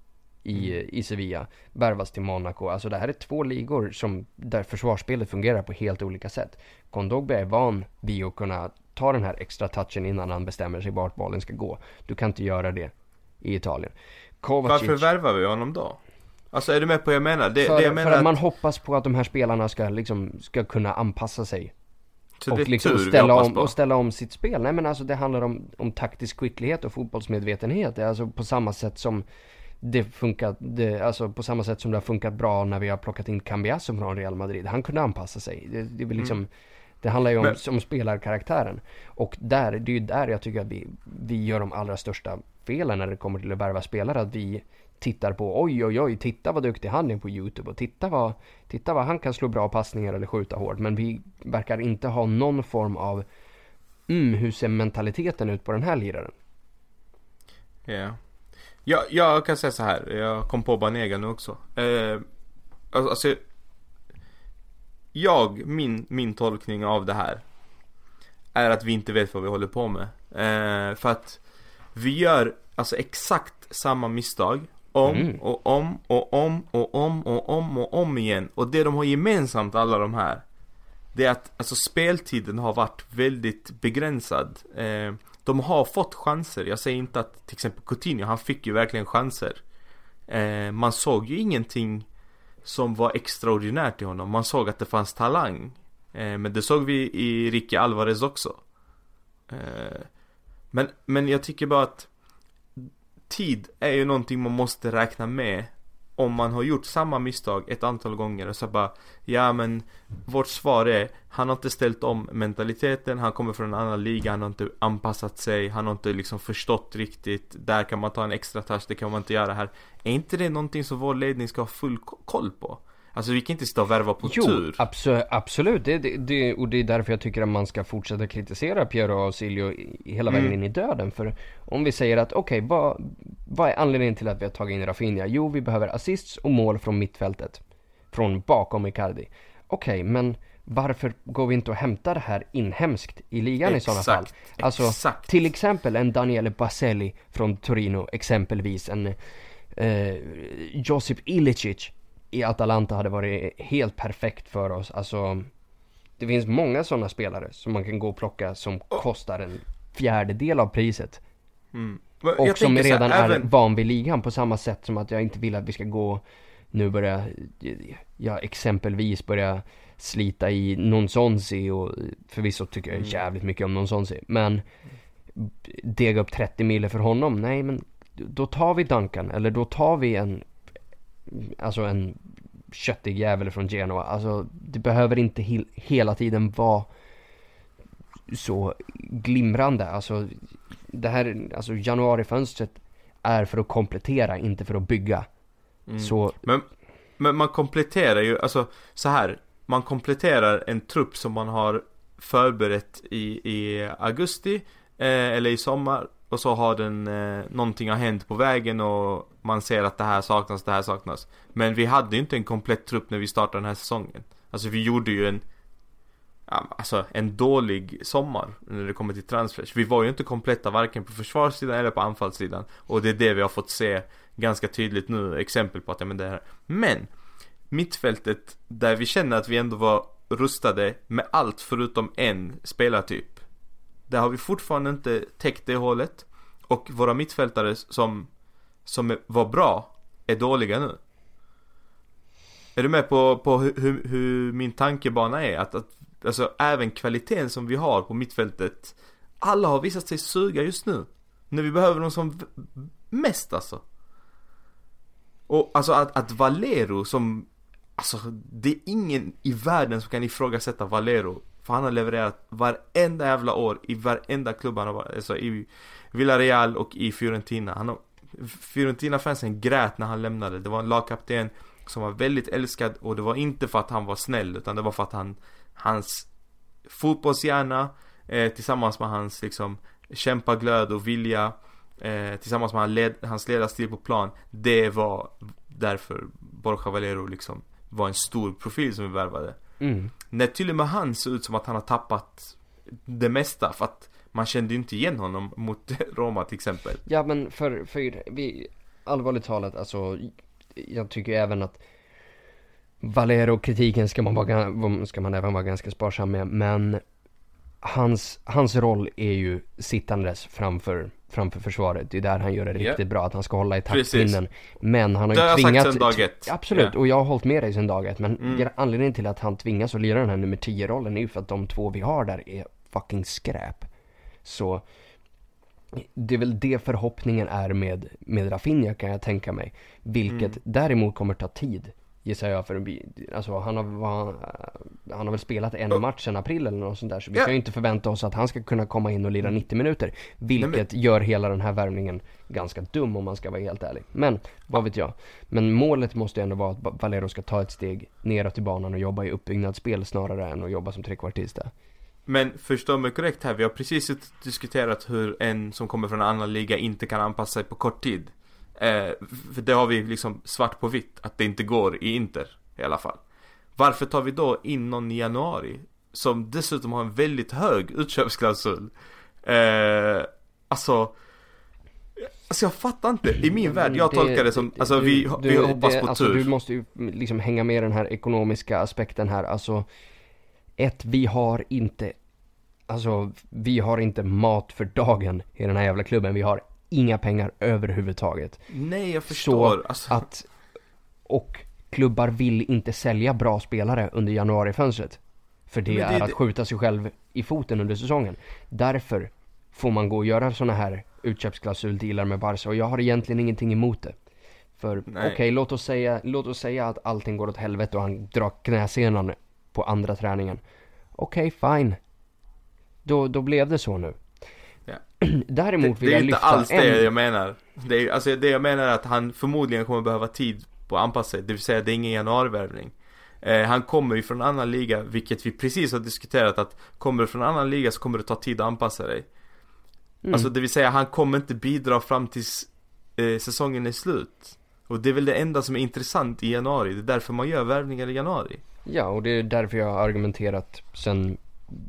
i, i Sevilla, värvas till Monaco. Alltså det här är två ligor som, där försvarsspelet fungerar på helt olika sätt. Kondogbia är van vid att kunna ta den här extra touchen innan han bestämmer sig vart bollen ska gå. Du kan inte göra det i Italien. Kovacic, varför värvar vi honom då? Alltså är du med på vad jag menar? Det, för, det jag menar för att att man hoppas på att de här spelarna ska, liksom, ska kunna anpassa sig. Så och det är liksom tur vi ställa hoppas om, på. och ställa om sitt spel. Nej, men alltså det handlar om, om taktisk skicklighet och fotbollsmedvetenhet. Det är alltså på samma sätt som det funkat, det, alltså på samma sätt som det har funkat bra när vi har plockat in Cambiasso från Real Madrid. Han kunde anpassa sig. Det, det, är väl liksom, mm. det handlar ju om, men, om spelarkaraktären. Och där, det är ju där jag tycker att vi, vi gör de allra största felen när det kommer till att värva spelare. Att vi tittar på, oj oj oj, titta vad duktig han är på YouTube och titta vad, titta vad han kan slå bra passningar eller skjuta hårt. Men vi verkar inte ha någon form av mm, hur ser mentaliteten ut på den här liraren? Ja. Yeah. Jag, jag kan säga så här, jag kom på Banega nu också. Eh, alltså, jag, min, min tolkning av det här är att vi inte vet vad vi håller på med. Eh, för att vi gör alltså exakt samma misstag om mm. och om och om och om och om och om igen. Och det de har gemensamt, alla de här, det är att alltså, speltiden har varit väldigt begränsad. Eh, de har fått chanser. Jag säger inte att till exempel Coutinho, han fick ju verkligen chanser. Eh, man såg ju ingenting som var extraordinärt i honom. Man såg att det fanns talang. Eh, men det såg vi i Ricky Alvarez också. Eh, men, men jag tycker bara att tid är ju någonting man måste räkna med. Om man har gjort samma misstag ett antal gånger och så bara, ja men vårt svar är, han har inte ställt om mentaliteten, han kommer från en annan liga, han har inte anpassat sig, han har inte liksom förstått riktigt, där kan man ta en extra touch, det kan man inte göra här. Är inte det någonting som vår ledning ska ha full koll på? Alltså vi kan inte stå och värva på jo, tur. Abso- absolut, det, det, det, och det är därför jag tycker att man ska fortsätta kritisera Piero Ausilio hela vägen Mm. in i döden. För om vi säger att okej, okay, vad, vad är anledningen till att vi har tagit in Rafinha? Jo, vi behöver assists och mål från mittfältet, från bakom Icardi. Okej, okay, men varför går vi inte och hämtar det här inhemskt i ligan exakt, i sådana fall? Alltså, exakt. Till exempel en Daniele Baselli från Torino, exempelvis en eh, Josip Ilicic i Atalanta hade varit helt perfekt för oss. Alltså, det finns många sådana spelare som man kan gå och plocka som oh. kostar en fjärdedel av priset. Mm. Och jag som redan här, är även... van vid ligan, på samma sätt som att jag inte vill att vi ska gå nu börja, ja, exempelvis börja slita i Nonsonsi, och förvisso tycker jag jävligt mycket om Nonsonsi, men dega upp trettio mille för honom, nej men då tar vi Duncan, eller då tar vi en alltså en köttig jävel från Genoa. Alltså det behöver inte he- hela tiden vara så glimrande. Alltså det här, alltså januarifönstret är för att komplettera, inte för att bygga. Mm. Så men, men man kompletterar ju, alltså så här, man kompletterar en trupp som man har förberett i, i augusti eh, eller i sommar, och så har den eh, någonting har hänt på vägen och man ser att det här saknas, det här saknas. Men vi hade ju inte en komplett trupp när vi startade den här säsongen. Alltså vi gjorde ju en ja, alltså en dålig sommar när det kommer till transfers. Vi var ju inte kompletta varken på försvarssidan eller på anfallssidan, och det är det vi har fått se ganska tydligt nu, exempel på att ja, men det här. Men mittfältet, där vi känner att vi ändå var rustade med allt förutom en spelartyp, där har vi fortfarande inte täckt det hålet. Och våra mittfältare som, som var bra är dåliga nu. Är du med på, på hur, hur min tankebana är? Att, att alltså, även kvaliteten som vi har på mittfältet, alla har visat sig suga just nu. När vi behöver dem som mest alltså. Och alltså att, att Valero som, alltså det är ingen i världen som kan ifrågasätta Valero. För han har levererat varenda jävla år i varenda klubb han har varit, alltså i Villarreal och i Fiorentina. Han har, Fiorentina-fansen grät när han lämnade. Det var en lagkapten som var väldigt älskad, och det var inte för att han var snäll, utan det var för att han, hans fotbollshjärna eh, tillsammans med hans liksom kämpaglöd och vilja eh, tillsammans med hans, led, hans ledarstil på plan, det var därför Borja Valero liksom var en stor profil som vi värvade. Mm. När till och med han ser ut som att han har tappat det mesta, för att man kände inte igen honom mot Roma till exempel. Ja, men för, för vi, allvarligt talat, alltså jag tycker även att Valero-kritiken ska man, vara, ska man även vara ganska sparsam med, men hans, hans roll är ju sittandes framför, framför försvaret. Det är där han gör det yeah. riktigt bra, att han ska hålla i taktpinnen. Men han har ju ju tvingats... tvingat... Sagt dag ett. Absolut, yeah. Och jag har hållit med dig sedan dag ett. Men mm. anledningen till att han tvingas att lira den här nummer tio-rollen är ju för att de två vi har där är fucking skräp. Så det är väl det förhoppningen är med, med Rafinha, kan jag tänka mig. Vilket mm. däremot kommer ta tid, gissar jag, för alltså han har, var, han har väl spelat en oh. match sedan april eller något sånt där, så vi yeah. kan ju inte förvänta oss att han ska kunna komma in och lira nittio minuter, vilket men... gör hela den här värvningen ganska dum, om man ska vara helt ärlig. Men vad vet jag, men målet måste ändå vara att Valero ska ta ett steg neråt i banan och jobba i uppbyggnadsspel snarare än att jobba som trekvartista. Men förstå mig korrekt här, vi har precis diskuterat hur en som kommer från en annan liga inte kan anpassa sig på kort tid. Eh, för det har vi liksom svart på vitt att det inte går i Inter i alla fall. Varför tar vi då in någon i januari som dessutom har en väldigt hög utköpsklausul? Eh, alltså Alltså jag fattar inte. I min värld, jag tolkar det som alltså du, vi, du, vi hoppas det, på alltså, tur. Du måste ju liksom hänga med den här ekonomiska aspekten här. Alltså ett, vi har inte Alltså vi har inte mat för dagen i den här jävla klubben. Vi har inga pengar överhuvudtaget. Nej, jag förstår. Så alltså... att, och klubbar vill inte sälja bra spelare under januarifönstret. För det, det är att skjuta sig själv i foten under säsongen. Därför får man gå och göra såna här utköpsklausuldealar med Barca. Och jag har egentligen ingenting emot det. För okej, okay, låt oss säga låt oss säga att allting går åt helvete och han drar knäsenan på andra träningen. Okej, okay, fine. Då, då blev det så nu. Ja. Däremot vill det, det är jag inte lyfta alls det en... jag menar. Det är, alltså det jag menar är att han förmodligen kommer behöva tid på att anpassa sig. Det vill säga det är ingen januarivärvning. eh, Han kommer ju från en annan liga, vilket vi precis har diskuterat, att kommer du från en annan liga så kommer det ta tid att anpassa dig. mm. Alltså det vill säga han kommer inte bidra fram tills eh, säsongen är slut. Och det är väl det enda som är intressant i januari. Det är därför man gör värvningar i januari. Ja, och det är därför jag har argumenterat sen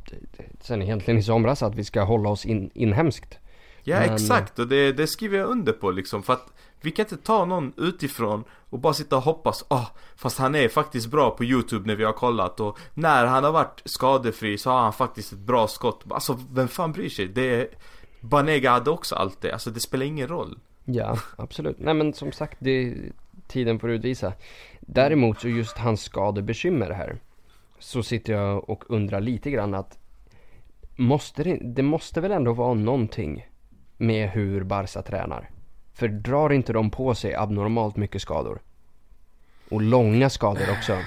sen egentligen i somras att vi ska hålla oss in, inhemskt. Ja, men... exakt. Och det, det skriver jag under på liksom. För att vi kan inte ta någon utifrån och bara sitta och hoppas. Ah, fast han är faktiskt bra på YouTube när vi har kollat. Och när han har varit skadefri så har han faktiskt ett bra skott. Alltså, vem fan bryr sig? Det är... Banega hade också allt det. Alltså, det spelar ingen roll. Ja, absolut. Nej, men som sagt, det tiden får utvisa. Däremot så just hans skadebekymmer här, så sitter jag och undrar lite grann att måste det, det måste väl ändå vara någonting med hur Barca tränar. För drar inte de på sig abnormalt mycket skador? Och långa skador också.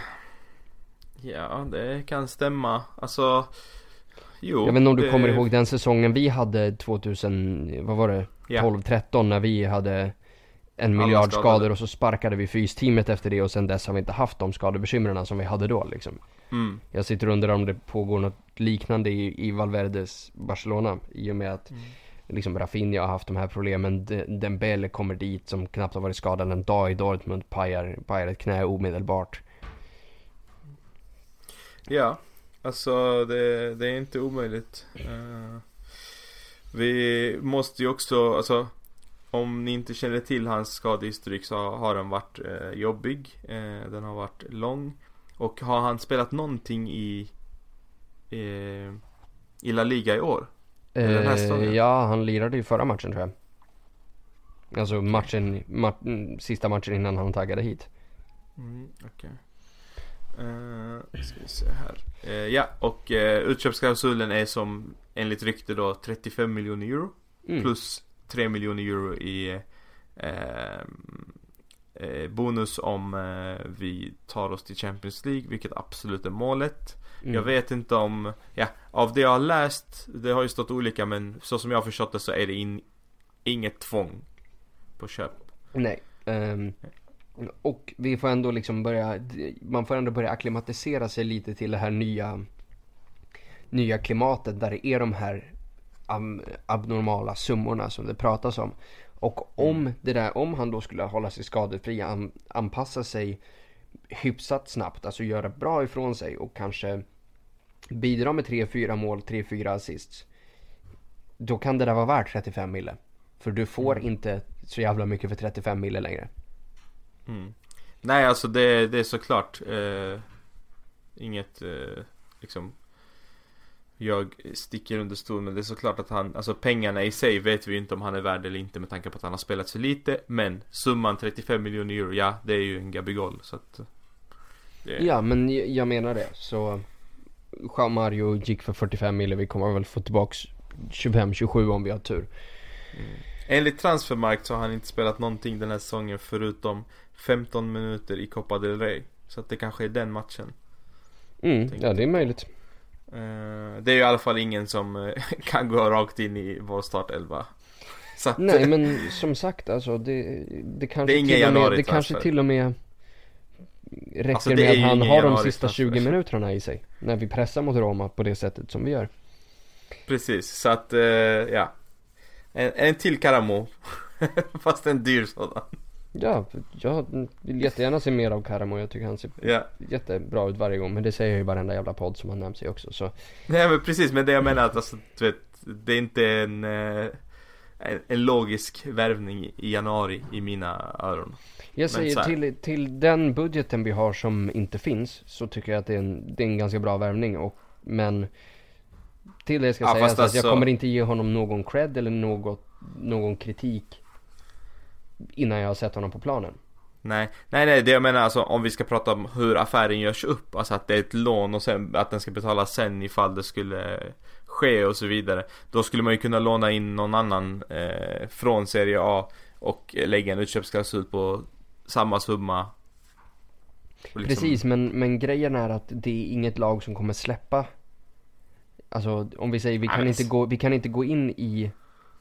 Ja, det kan stämma. Alltså, jo. Jag vet inte om du det... kommer ihåg den säsongen vi hade tjugohundra, vad var det? Ja. tolv tretton, när vi hade en miljard skador och så sparkade vi fysteamet efter det, och sen dess har vi inte haft de skadebekymren som vi hade då liksom. Mm. Jag sitter och undrar om det pågår något liknande i, i Valverdes Barcelona, i och med att mm. liksom Rafinha har haft de här problemen. Dembele kommer dit som knappt har varit skadad en dag i Dortmund, pajar, pajar ett knä omedelbart. Ja, alltså det, det är inte omöjligt. Uh, vi måste ju också, alltså om ni inte känner till hans skadehistorik så har den varit eh, jobbig. Eh, den har varit lång. Och har han spelat någonting i eh, i La Liga i år? Eh, ja, han lirade ju förra matchen tror jag. Alltså matchen, ma- sista matchen innan han taggade hit. Mm, okej. Okay. Uh, ska vi se här. Uh, ja, och uh, utköpsklausulen är som enligt rykte då trettiofem miljoner euro. Mm. Plus tre miljoner euro i eh, eh, bonus om eh, vi tar oss till Champions League, vilket absolut är målet. Mm. Jag vet inte om, ja, av det jag har läst, det har ju stått olika, men så som jag har förstått det så är det in, inget tvång på köp. Nej. Um, och vi får ändå liksom börja, man får ändå börja akklimatisera sig lite till det här nya nya klimatet där det är de här abnormala summorna som det pratas om. Och om det där, om han då skulle hålla sig skadefri, an, anpassa sig hyfsat snabbt, alltså göra bra ifrån sig och kanske bidra med tre fyra mål, tre fyra assists, då kan det där vara värt trettiofem mille. För du får mm. inte så jävla mycket för trettiofem mille längre. Mm. Nej, alltså det, det är såklart eh, inget eh, liksom jag sticker under stol, men det är såklart att han, alltså pengarna i sig vet vi ju inte om han är värd eller inte med tanke på att han har spelat så lite, men summan trettiofem miljoner euro, ja, det är ju en Gabigol, så att det... Ja, men jag menar det, så João Mario gick för fyrtiofem mille, vi kommer väl få tillbaks tjugofem tjugosju om vi har tur. Mm. Enligt Transfermarkt så har han inte spelat någonting den här säsongen förutom femton minuter i Copa del Rey, så att det kanske är den matchen. Mm, ja, det är möjligt. Uh, det är ju i alla fall ingen som uh, kan gå rakt in i vår startelva. Så att, nej, men som sagt, alltså det, det kanske, det är till och, med, det kanske till och med räcker alltså, med att han har de sista tjugo minuterna i sig när vi pressar mot Roma på det sättet som vi gör. Precis, så att uh, ja, en, en till Karamo. Fast en dyr sådan. Ja, jag vill jättegärna se mer av Karamo. Jag tycker han ser yeah. jättebra ut varje gång. Men det säger jag ju varenda jävla podd som han nämnt sig också, så. Nej, men precis, men det jag menar att alltså, du vet, det är inte en, en, en logisk värvning i januari i mina öron. Jag säger till, till den budgeten vi har som inte finns, så tycker jag att det är en, det är en ganska bra värvning, och, men till det ska ja, sägas att alltså... jag kommer inte ge honom någon cred eller något, någon kritik innan jag har sett honom på planen. Nej, nej, nej, det jag menar alltså, om vi ska prata om hur affären görs upp, alltså att det är ett lån och sen att den ska betalas sen ifall det skulle ske och så vidare, då skulle man ju kunna låna in någon annan eh, från Serie A och lägga en utköpsklausul på samma summa. Liksom... Precis, men, men grejen är att det är inget lag som kommer släppa. Alltså om vi säger vi kan, inte gå, vi kan inte gå in i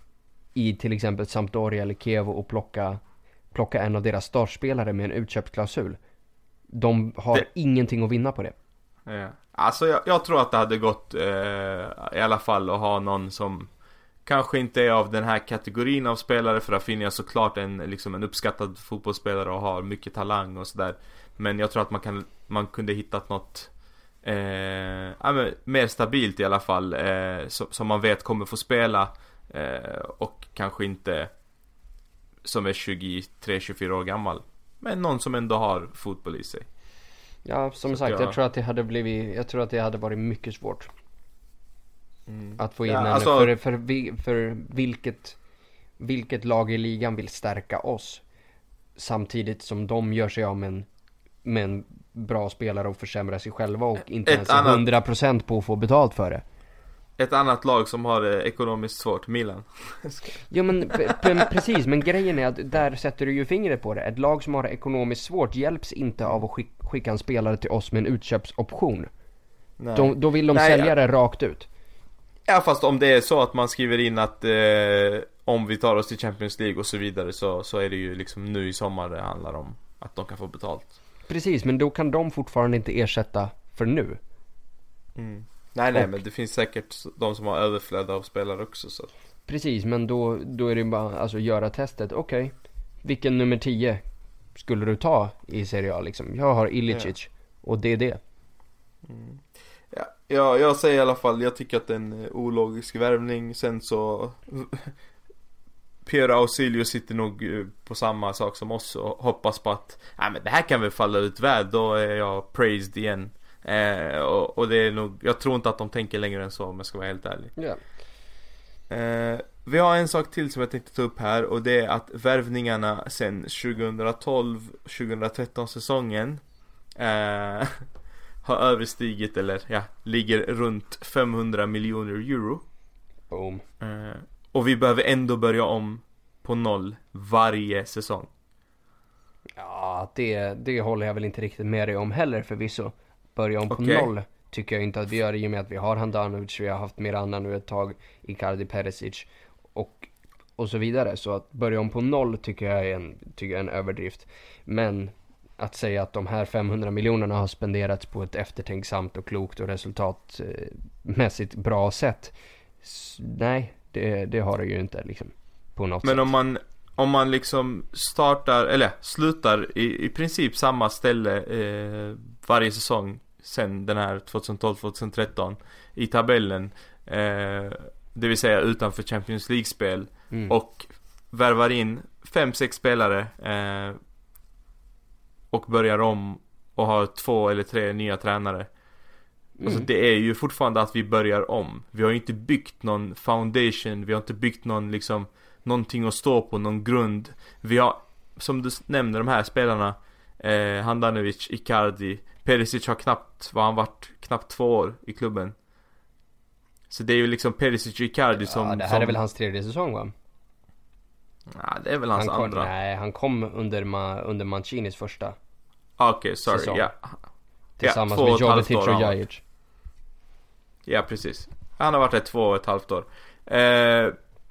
i till exempel Sampdoria eller Chievo och plocka, plocka en av deras startspelare med en utköpsklausul. De har det... ingenting att vinna på det. Ja. Alltså jag, jag tror att det hade gått eh, i alla fall att ha någon som kanske inte är av den här kategorin av spelare, för Rafinha är såklart en, liksom en uppskattad fotbollsspelare och har mycket talang och sådär. Men jag tror att man, kan, man kunde hittat något eh, ja, men mer stabilt i alla fall, eh, som, som man vet kommer få spela. Eh, och kanske inte som är tjugotre tjugofyra år gammal, men någon som ändå har fotboll i sig. Ja, som så sagt, jag... jag tror att det hade blivit jag tror att det hade varit mycket svårt mm. att få in ja, en alltså... för, för, för, för vilket vilket lag i ligan vill stärka oss samtidigt som de gör sig av med en, med en bra spelare och försämrar sig själva och inte Ett ens annat... hundra procent på att få betalt för det. Ett annat lag som har det ekonomiskt svårt, Milan. Ja, men p- precis, men grejen är att där sätter du ju fingret på det. Ett lag som har det ekonomiskt svårt hjälps inte av att skick- skicka en spelare till oss med en utköpsoption. De, då vill de Nej, sälja det rakt ut. Ja, fast om det är så att man skriver in att eh, om vi tar oss till Champions League och så vidare, så, så är det ju liksom nu i sommar det handlar om att de kan få betalt. Precis, men då kan de fortfarande inte ersätta för nu. Mm. Nej, nej, och, men det finns säkert de som har överflöd av spelare också, så. Precis, men då, då är det bara alltså göra testet. Okej, okay. Vilken nummer tio skulle du ta i Serie A liksom? Jag har Ilicic ja. Och det är det. Mm. Ja, ja, jag säger i alla fall, jag tycker att det är en ologisk värvning. Sen så Piero Ausilio sitter nog på samma sak som oss och hoppas på att nej, men det här kan väl falla ut väl, då är jag praised igen. Eh, och, och det är nog, jag tror inte att de tänker längre än så, om jag ska vara helt ärlig. Ja. eh, Vi har en sak till som jag tänkte ta upp här, och det är att värvningarna sen tjugotolv tjugotretton säsongen eh, har överstigit, eller ja, ligger runt femhundra miljoner euro. Boom. eh, Och vi behöver ändå börja om på noll varje säsong. Ja, det, det håller jag väl inte riktigt med dig om heller förvisso. Börja om på okay. noll tycker jag inte att vi gör, i och med att vi har Handanovic, vi har haft Miranda nu ett tag, Icardi, Perisic och, och så vidare. Så att börja om på noll tycker jag är en, tycker jag är en överdrift. Men att säga att de här femhundra miljonerna har spenderats på ett eftertänksamt och klokt och resultatmässigt bra sätt, nej, det, det har det ju inte liksom på något Men sätt. om man Om man liksom startar, eller slutar i, i princip samma ställe eh, varje säsong sen den här tjugotolv tjugotretton i tabellen, eh, det vill säga utanför Champions League-spel, mm. och värvar in fem, sex spelare eh, och börjar om och har två eller tre nya tränare. Mm. Alltså det är ju fortfarande att vi börjar om. Vi har ju inte byggt någon foundation, vi har inte byggt någon liksom någonting att stå på, någon grund. Vi har, som du nämner, de här spelarna eh, Handanovic, Icardi, Perisic har knappt, vad han varit, knappt två år i klubben. Så det är ju liksom Perisic och Icardi som... Ja, det här som... är väl hans tredje säsong, va? Ja, det är väl hans han kom, andra. Nej, han kom under, Ma, under Mancinis första Okej, okay, sorry, ja yeah. Tillsammans yeah, med Jovetic och Jajic. Ja, precis. Han har varit där två och ett halvt år. eh,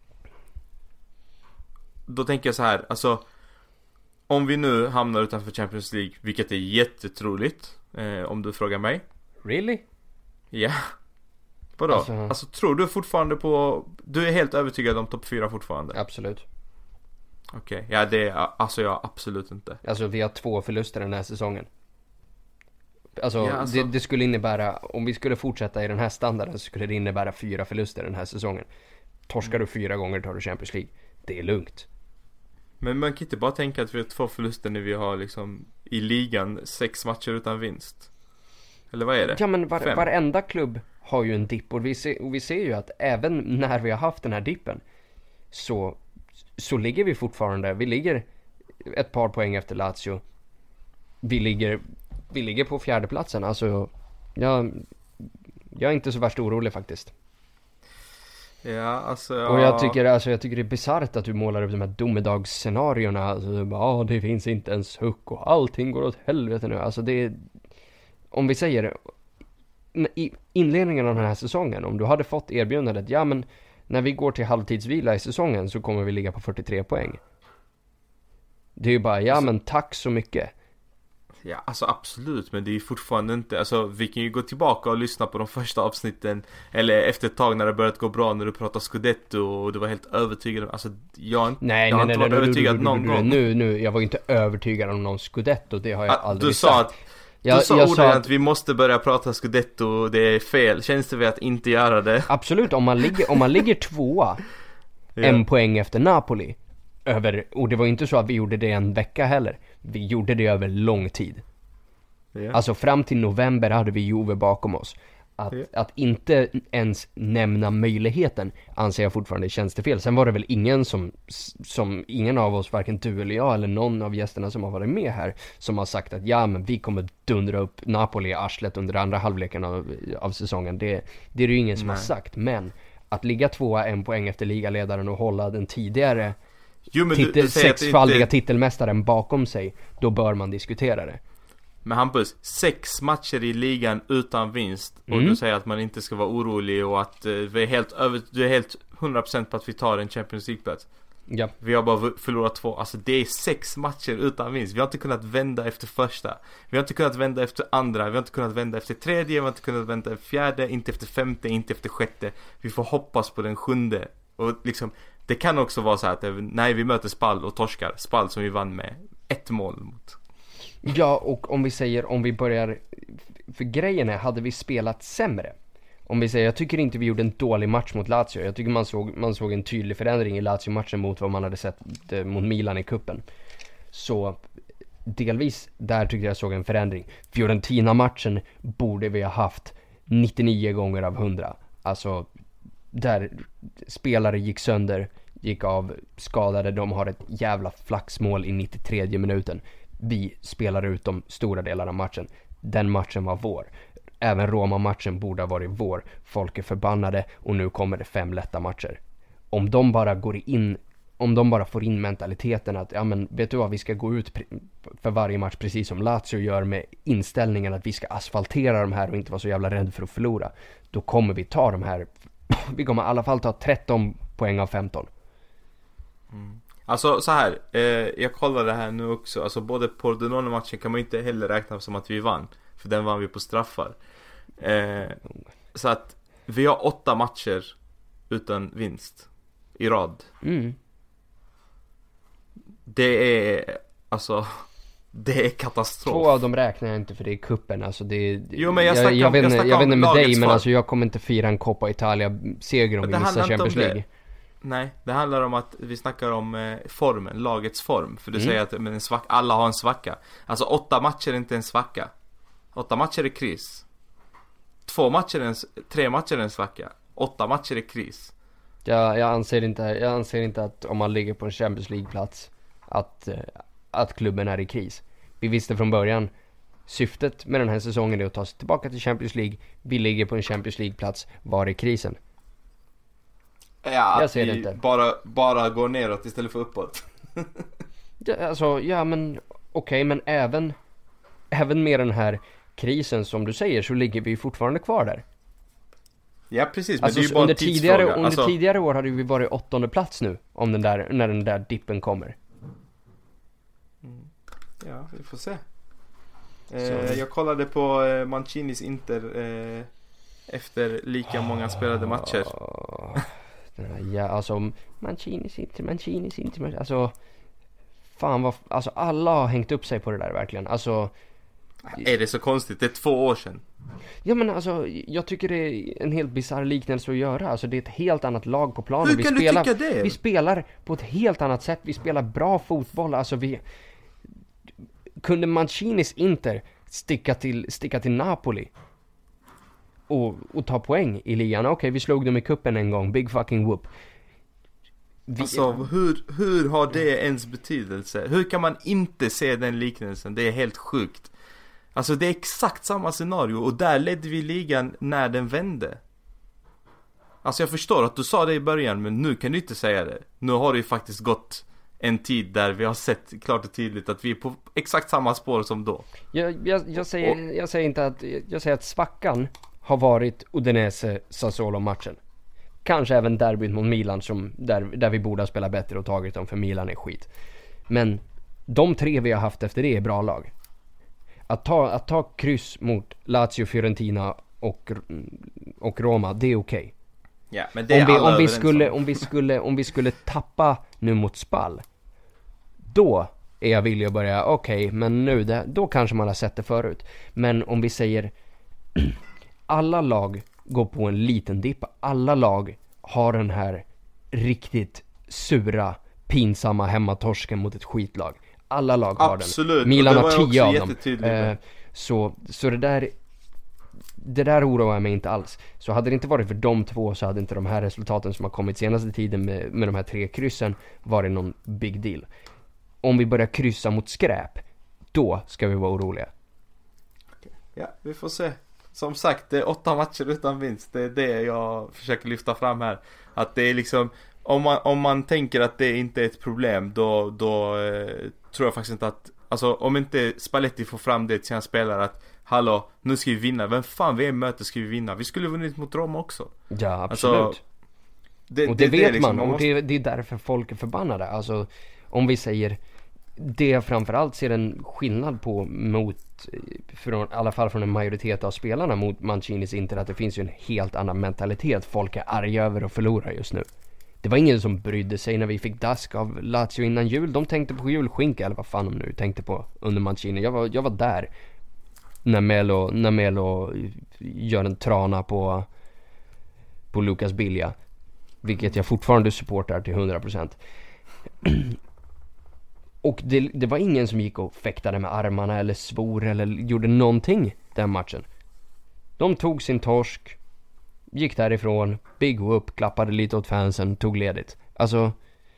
Då tänker jag så här, alltså om vi nu hamnar utanför Champions League, vilket är jättetroligt, eh, om du frågar mig. Really? Ja yeah. Vadå? Alltså... alltså tror du fortfarande på... Du är helt övertygad om topp fyra fortfarande? Absolut. Okej, okay. Ja det är... Alltså jag absolut inte. Alltså vi har två förluster den här säsongen. Alltså, ja, alltså... Det, det skulle innebära... Om vi skulle fortsätta i den här standarden så skulle det innebära fyra förluster den här säsongen. Torskar mm. du fyra gånger tar du Champions League. Det är lugnt. Men man kan inte bara tänka att vi har två förluster när vi har liksom i ligan sex matcher utan vinst. Eller vad är det? Ja, men var, varenda klubb har ju en dipp, och vi ser, och vi ser ju att även när vi har haft den här dippen så, så ligger vi fortfarande, vi ligger ett par poäng efter Lazio. Vi ligger, vi ligger på fjärdeplatsen. Alltså, jag, jag är inte så värst orolig faktiskt. Ja, alltså ja. Och jag tycker, alltså, jag tycker det är bizarrt att du målar upp de här domedagsscenarierna. Alltså, ja, det finns inte ens huck och allting går åt helvete nu. Alltså det är, om vi säger i inledningen av den här säsongen, om du hade fått erbjudandet, ja men när vi går till halvtidsvila i säsongen så kommer vi ligga på fyrtiotre poäng. Det är ju bara, ja alltså, men tack så mycket. Ja, alltså absolut, men det är ju fortfarande inte, alltså vi kan ju gå tillbaka och lyssna på de första avsnitten, eller efter ett tag när det börjat gå bra, när du pratar Scudetto och du var helt övertygad. Alltså jag, nej, jag har nej, inte nej, varit nej, övertygad du, du, någon du, du, gång. Nu, nu, jag var inte övertygad om någon Scudetto, det har jag att, aldrig du sagt. Sa att, jag, du sa jag ordet sa att vi måste börja prata Scudetto, det är fel. Känns det väl att inte göra det? Absolut, om man ligger, om man ligger tvåa ja. En poäng efter Napoli över, och det var inte så att vi gjorde det en vecka heller. Vi gjorde det över lång tid. Ja. Alltså fram till november hade vi Juve bakom oss. Att, ja. att inte ens nämna möjligheten anser jag fortfarande tjänstefel. Sen var det väl ingen som, som ingen av oss, varken du eller jag eller någon av gästerna som har varit med här, som har sagt att ja, men vi kommer dundra upp Napoli i arslet under andra halvleken av, av säsongen. Det, det är det ju ingen som Nej. har sagt. Men att ligga tvåa en poäng efter ligaledaren och hålla den tidigare jo, men titel, du, du sexfaldiga inte... titelmästaren bakom sig, då bör man diskutera det. Men Hampus, sex matcher i ligan utan vinst och mm. du säger att man inte ska vara orolig och att uh, vi är helt över, du är helt hundra procent på att vi tar en Champions League-plats. Ja. Vi har bara förlorat två. Alltså det är sex matcher utan vinst. Vi har inte kunnat vända efter första. Vi har inte kunnat vända efter andra. Vi har inte kunnat vända efter tredje. Vi har inte kunnat vända efter fjärde. Inte efter femte. Inte efter sjätte. Vi får hoppas på den sjunde. Och liksom, det kan också vara så här att nej, vi möter Spal och torskar. Spal som vi vann med ett mål mot. Ja, och om vi säger, om vi börjar, för grejen är, hade vi spelat sämre, om vi säger, jag tycker inte vi gjorde en dålig match mot Lazio, jag tycker man såg, man såg en tydlig förändring i Lazio-matchen mot vad man hade sett mot Milan i kuppen, så delvis där tyckte jag såg en förändring. Fiorentina-matchen borde vi ha haft nittionio gånger av hundra, alltså där spelare gick sönder, gick av skadade, de har ett jävla flaxmål i nittiotredje minuten. Vi spelar ut de stora delarna av matchen. Den matchen var vår. Även Roma-matchen borde ha varit vår. Folk är förbannade och nu kommer det fem lätta matcher. Om de bara går in, om de bara får in mentaliteten att ja men vet du vad, vi ska gå ut för varje match precis som Lazio gör, med inställningen att vi ska asfaltera de här och inte vara så jävla rädd för att förlora. Då kommer vi ta de här, vi kommer i alla fall ta tretton poäng av femton. Mm. Alltså så här, eh, jag kollar det här nu också. Alltså både Pordenone-matchen kan man inte heller räkna som att vi vann, för den vann vi på straffar. eh, Så att vi har åtta matcher utan vinst i rad. Mm. Det är, alltså det är katastrof. Två av dem räknar jag inte för det är kuppen. Alltså det är, jo, men jag, jag, jag, vet, jag, jag vet inte med dig, men för. alltså jag kommer inte fira en Coppa Italia-seger om vi missar Champions League. Nej, det handlar om att vi snackar om eh, formen, lagets form. För du Mm. säger att men en svack, alla har en svacka. Alltså åtta matcher är inte en svacka. Åtta matcher är kris. Två matcher är en, tre matcher är en svacka. Åtta matcher är kris. Jag, jag, anser inte, jag anser inte att om man ligger på en Champions League-plats att, eh, att klubben är i kris. Vi visste från början, syftet med den här säsongen är att ta sig tillbaka till Champions League. Vi ligger på en Champions League-plats. Var är krisen? Ja, Jag ser vi det inte. Bara, bara går neråt istället för uppåt. Det, alltså, ja men okej, okay, men även, även med den här krisen som du säger så ligger vi fortfarande kvar där. Ja, precis, men Alltså, det är ju bara under, en tidsfråga. tidigare, under alltså, tidigare år hade vi varit åttonde plats nu om den där, när den där dippen kommer. Ja, vi får se. Så. Eh, jag kollade på eh, Mancinis Inter eh, efter lika många spelade matcher. Ah, den här, ja, alltså Mancinis Inter, Mancinis Inter, alltså fan vad, alltså alla har hängt upp sig på det där verkligen. Alltså, Är det så konstigt? Det är två år sedan. ja men alltså jag tycker det är en helt bizarr liknelse att göra. Alltså det är ett helt annat lag på planen. Hur vi kan spelar, du tycka det? Vi spelar på ett helt annat sätt. Vi spelar bra fotboll. Alltså vi kunde Mancinis Inter sticka till, sticka till Napoli och, och ta poäng i ligan. Okej, okay, vi slog dem i kuppen en gång. Big fucking whoop. Vi, Alltså hur, hur har det ens betydelse? Hur kan man inte se den liknelsen? Det är helt sjukt. Alltså det är exakt samma scenario. Och där ledde vi ligan när den vände. Alltså jag förstår att du sa det i början, men nu kan du inte säga det. Nu har det ju faktiskt gått en tid där vi har sett klart och tydligt att vi är på exakt samma spår som då. Jag, jag, jag, säger, jag säger inte att jag säger att svackan har varit Udinese Sassuolo matchen. Kanske även derbyt mot Milan som där, där vi borde ha spelat bättre och tagit dem, för Milan är skit. Men de tre vi har haft efter det är bra lag. Att ta, att ta kryss mot Lazio, Fiorentina och, och Roma, det är okej. Okay. Ja, men det är om vi, alla om vi överens skulle om. om vi skulle om vi skulle tappa nu mot Spal, då är jag villig att börja okej, okay, men nu det, då kanske man har sett det förut. Men om vi säger alla lag går på en liten dipp, alla lag har den här riktigt sura, pinsamma hemmatorsken mot ett skitlag. Alla lag har Absolut. den. Milan och det har var jag tio också av dem. jättetydlig med. Eh, så, så det där det där oroar jag mig inte alls. Så hade det inte varit för de två så hade inte de här resultaten som har kommit senaste tiden med, med de här tre kryssen varit någon big deal. Om vi börjar kryssa mot skräp, då ska vi vara oroliga. Ja, vi får se. Som sagt, det är åtta matcher utan vinst. Det är det jag försöker lyfta fram här. Att det är liksom, om man, om man tänker att det inte är ett problem, då, då eh, tror jag faktiskt inte att, alltså om inte Spalletti får fram det till sina spelare att hallå, nu ska vi vinna. Vem fan vi är möte ska vi vinna? Vi skulle vunnit mot Roma också. Ja, absolut. Alltså, det, och det, det vet det liksom, man, man måste... och det, det är därför folk är förbannade. Alltså, om vi säger det jag framförallt ser en skillnad på mot, från, i alla fall från en majoritet av spelarna mot Mancinis Inter, att det finns ju en helt annan mentalitet. Folk är arga över att förlora just nu. Det var ingen som brydde sig när vi fick dask av Lazio innan jul. De tänkte på julskinka, eller vad fan de nu tänkte på under Mancini. Jag var, jag var där när Melo, när Melo gör en trana på på Lucas Bilja, vilket jag fortfarande supportar till hundra procent. Och det, det var ingen som gick och fäktade med armarna eller svor eller gjorde någonting den matchen. De tog sin torsk, gick därifrån, big whoop, klappade lite åt fansen, tog ledigt. Alltså,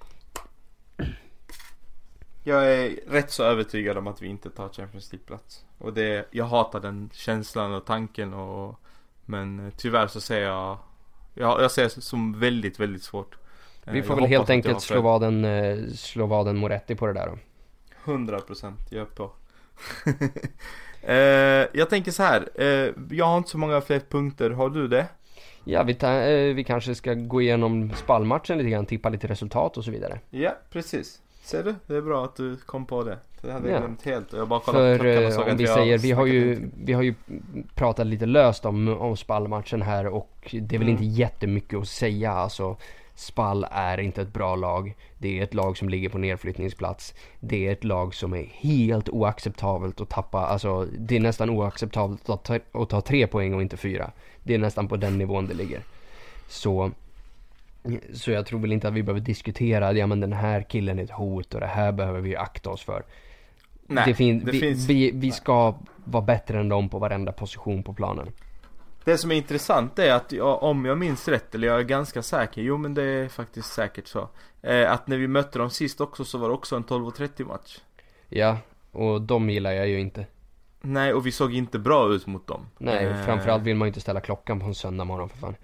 jag är rätt så övertygad om att vi inte tar Champions League-plats. Och det, jag hatar den känslan och tanken och, men tyvärr så ser jag jag, jag ser det som väldigt, väldigt svårt. vi får Jag väl helt hoppas att jag enkelt har slå fel. vaden, eh, slå vaden Moretti på det där då. hundra procent, jag är på. eh, jag tänker så här, eh, jag har inte så många fler punkter, har du det? Ja, vi, ta, eh, vi kanske ska gå igenom spalmatchen lite grann, tippa lite resultat och så vidare. Ja, precis. Ser du? Det är bra att du kom på det. Det hade jag Ja. glömt helt. Jag bara kollade på För klockan och eh, såg om att vi har säger, vi har, snackat ju, en tid. vi har ju pratat lite löst om, om Spal-matchen här, och det är väl Mm. inte jättemycket att säga. Alltså, Spal är inte ett bra lag. Det är ett lag som ligger på nedflyttningsplats. Det är ett lag som är helt oacceptabelt att tappa. Alltså, det är nästan oacceptabelt att ta, att ta tre poäng och inte fyra. Det är nästan på den nivån det ligger. Så Så jag tror väl inte att vi behöver diskutera, ja men den här killen är ett hot och det här behöver vi akta oss för. Nej, det fin- det vi, finns... vi, vi ska vara bättre än dem på varenda position på planen. Det som är intressant är att jag, om jag minns rätt, eller jag är ganska säker, jo men det är faktiskt säkert så, eh, att när vi mötte dem sist också så var det också en tolv och trettio match. Ja, och de gillar jag ju inte. Nej, och vi såg inte bra ut mot dem. Nej, eh... framförallt vill man ju inte ställa klockan på en söndag morgon för fan.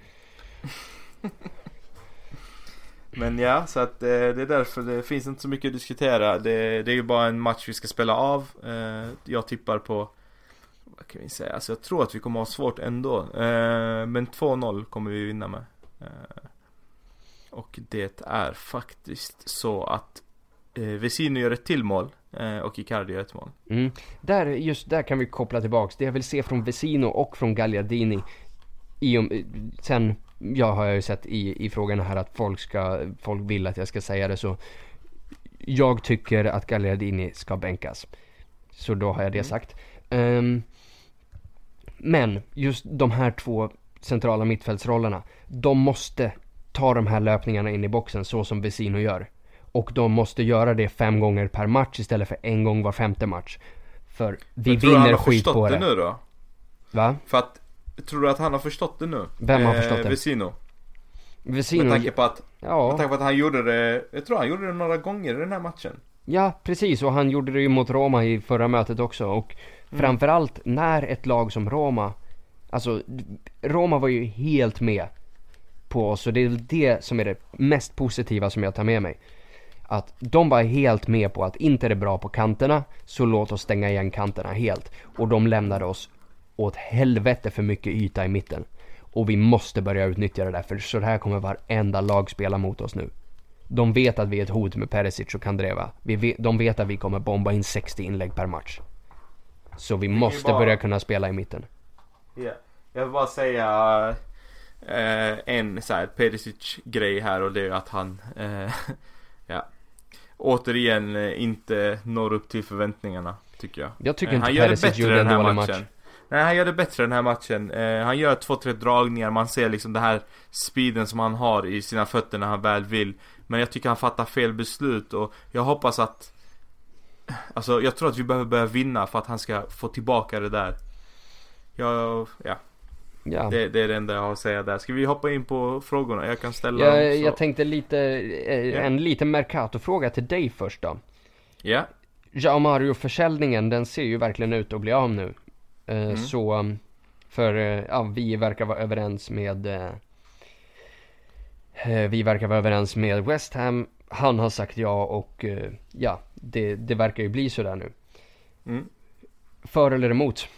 Men ja, så att eh, det är därför det finns inte så mycket att diskutera. Det, det är ju bara en match vi ska spela av. eh, Jag tippar på, vad kan vi säga, alltså jag tror att vi kommer ha svårt ändå, eh, men två noll kommer vi vinna med. eh, Och det är faktiskt så att eh, Vesino gör ett till mål eh, och Icardi gör ett mål. Mm. Där, just där kan vi koppla tillbaks. Det jag vill se från Vesino och från Gagliardini i, om, sen jag har ju sett i, i frågan här att folk ska folk vill att jag ska säga det, så jag tycker att Gagliardini ska bänkas. Så då har jag det sagt. Um, men just de här två centrala mittfältsrollerna, de måste ta de här löpningarna in i boxen så som Vesino gör. Och de måste göra det fem gånger per match istället för en gång var femte match. För vi jag tror han vinner har skit på det det. nu då. Va? För att, tror du att han har förstått det nu? Vem har förstått det? Vesino. Vesino. Med tanke på att, ja. med tanke på att han gjorde det, jag tror han gjorde det några gånger i den här matchen. Ja, precis. Och han gjorde det ju mot Roma i förra mötet också. Och mm. framförallt när ett lag som Roma, alltså Roma var ju helt med på oss. Och det är väl det som är det mest positiva som jag tar med mig. Att de var helt med på att inte är det bra på kanterna, så låt oss stänga igen kanterna helt. Och de lämnade oss åt helvete för mycket yta i mitten. Och vi måste börja utnyttja det där, för så här kommer varenda lag spela mot oss nu. De vet att vi är ett hot med Perisic och Kandreva. Vi vet, de vet att vi kommer bomba in sextio inlägg per match. Så vi måste bara börja kunna spela i mitten. Ja, yeah. Jag vill bara säga eh, en så här Perisic-grej här, och det är att han eh, ja, återigen eh, inte når upp till förväntningarna, tycker jag. Jag tycker eh, inte han gör Perisic gjorde en dålig match. Nej, han gör det bättre den här matchen. eh, Han gör två, tre dragningar. Man ser liksom det här speeden som han har i sina fötter när han väl vill. Men jag tycker han fattar fel beslut. Och jag hoppas att, alltså jag tror att vi behöver börja vinna för att han ska få tillbaka det där. Jag, ja, ja. Det, det är det enda jag har att säga där. Ska vi hoppa in på frågorna? Jag kan ställa jag, dem, jag tänkte lite eh, yeah. En liten Mercato-fråga till dig först då. Ja yeah. João Mario-försäljningen, den ser ju verkligen ut att bli av nu. Uh, mm. Så för uh, ja, vi verkar vara överens med uh, vi verkar vara överens med West Ham. Han har sagt ja, och uh, ja, det, det verkar ju bli så där nu. Mm. För eller emot?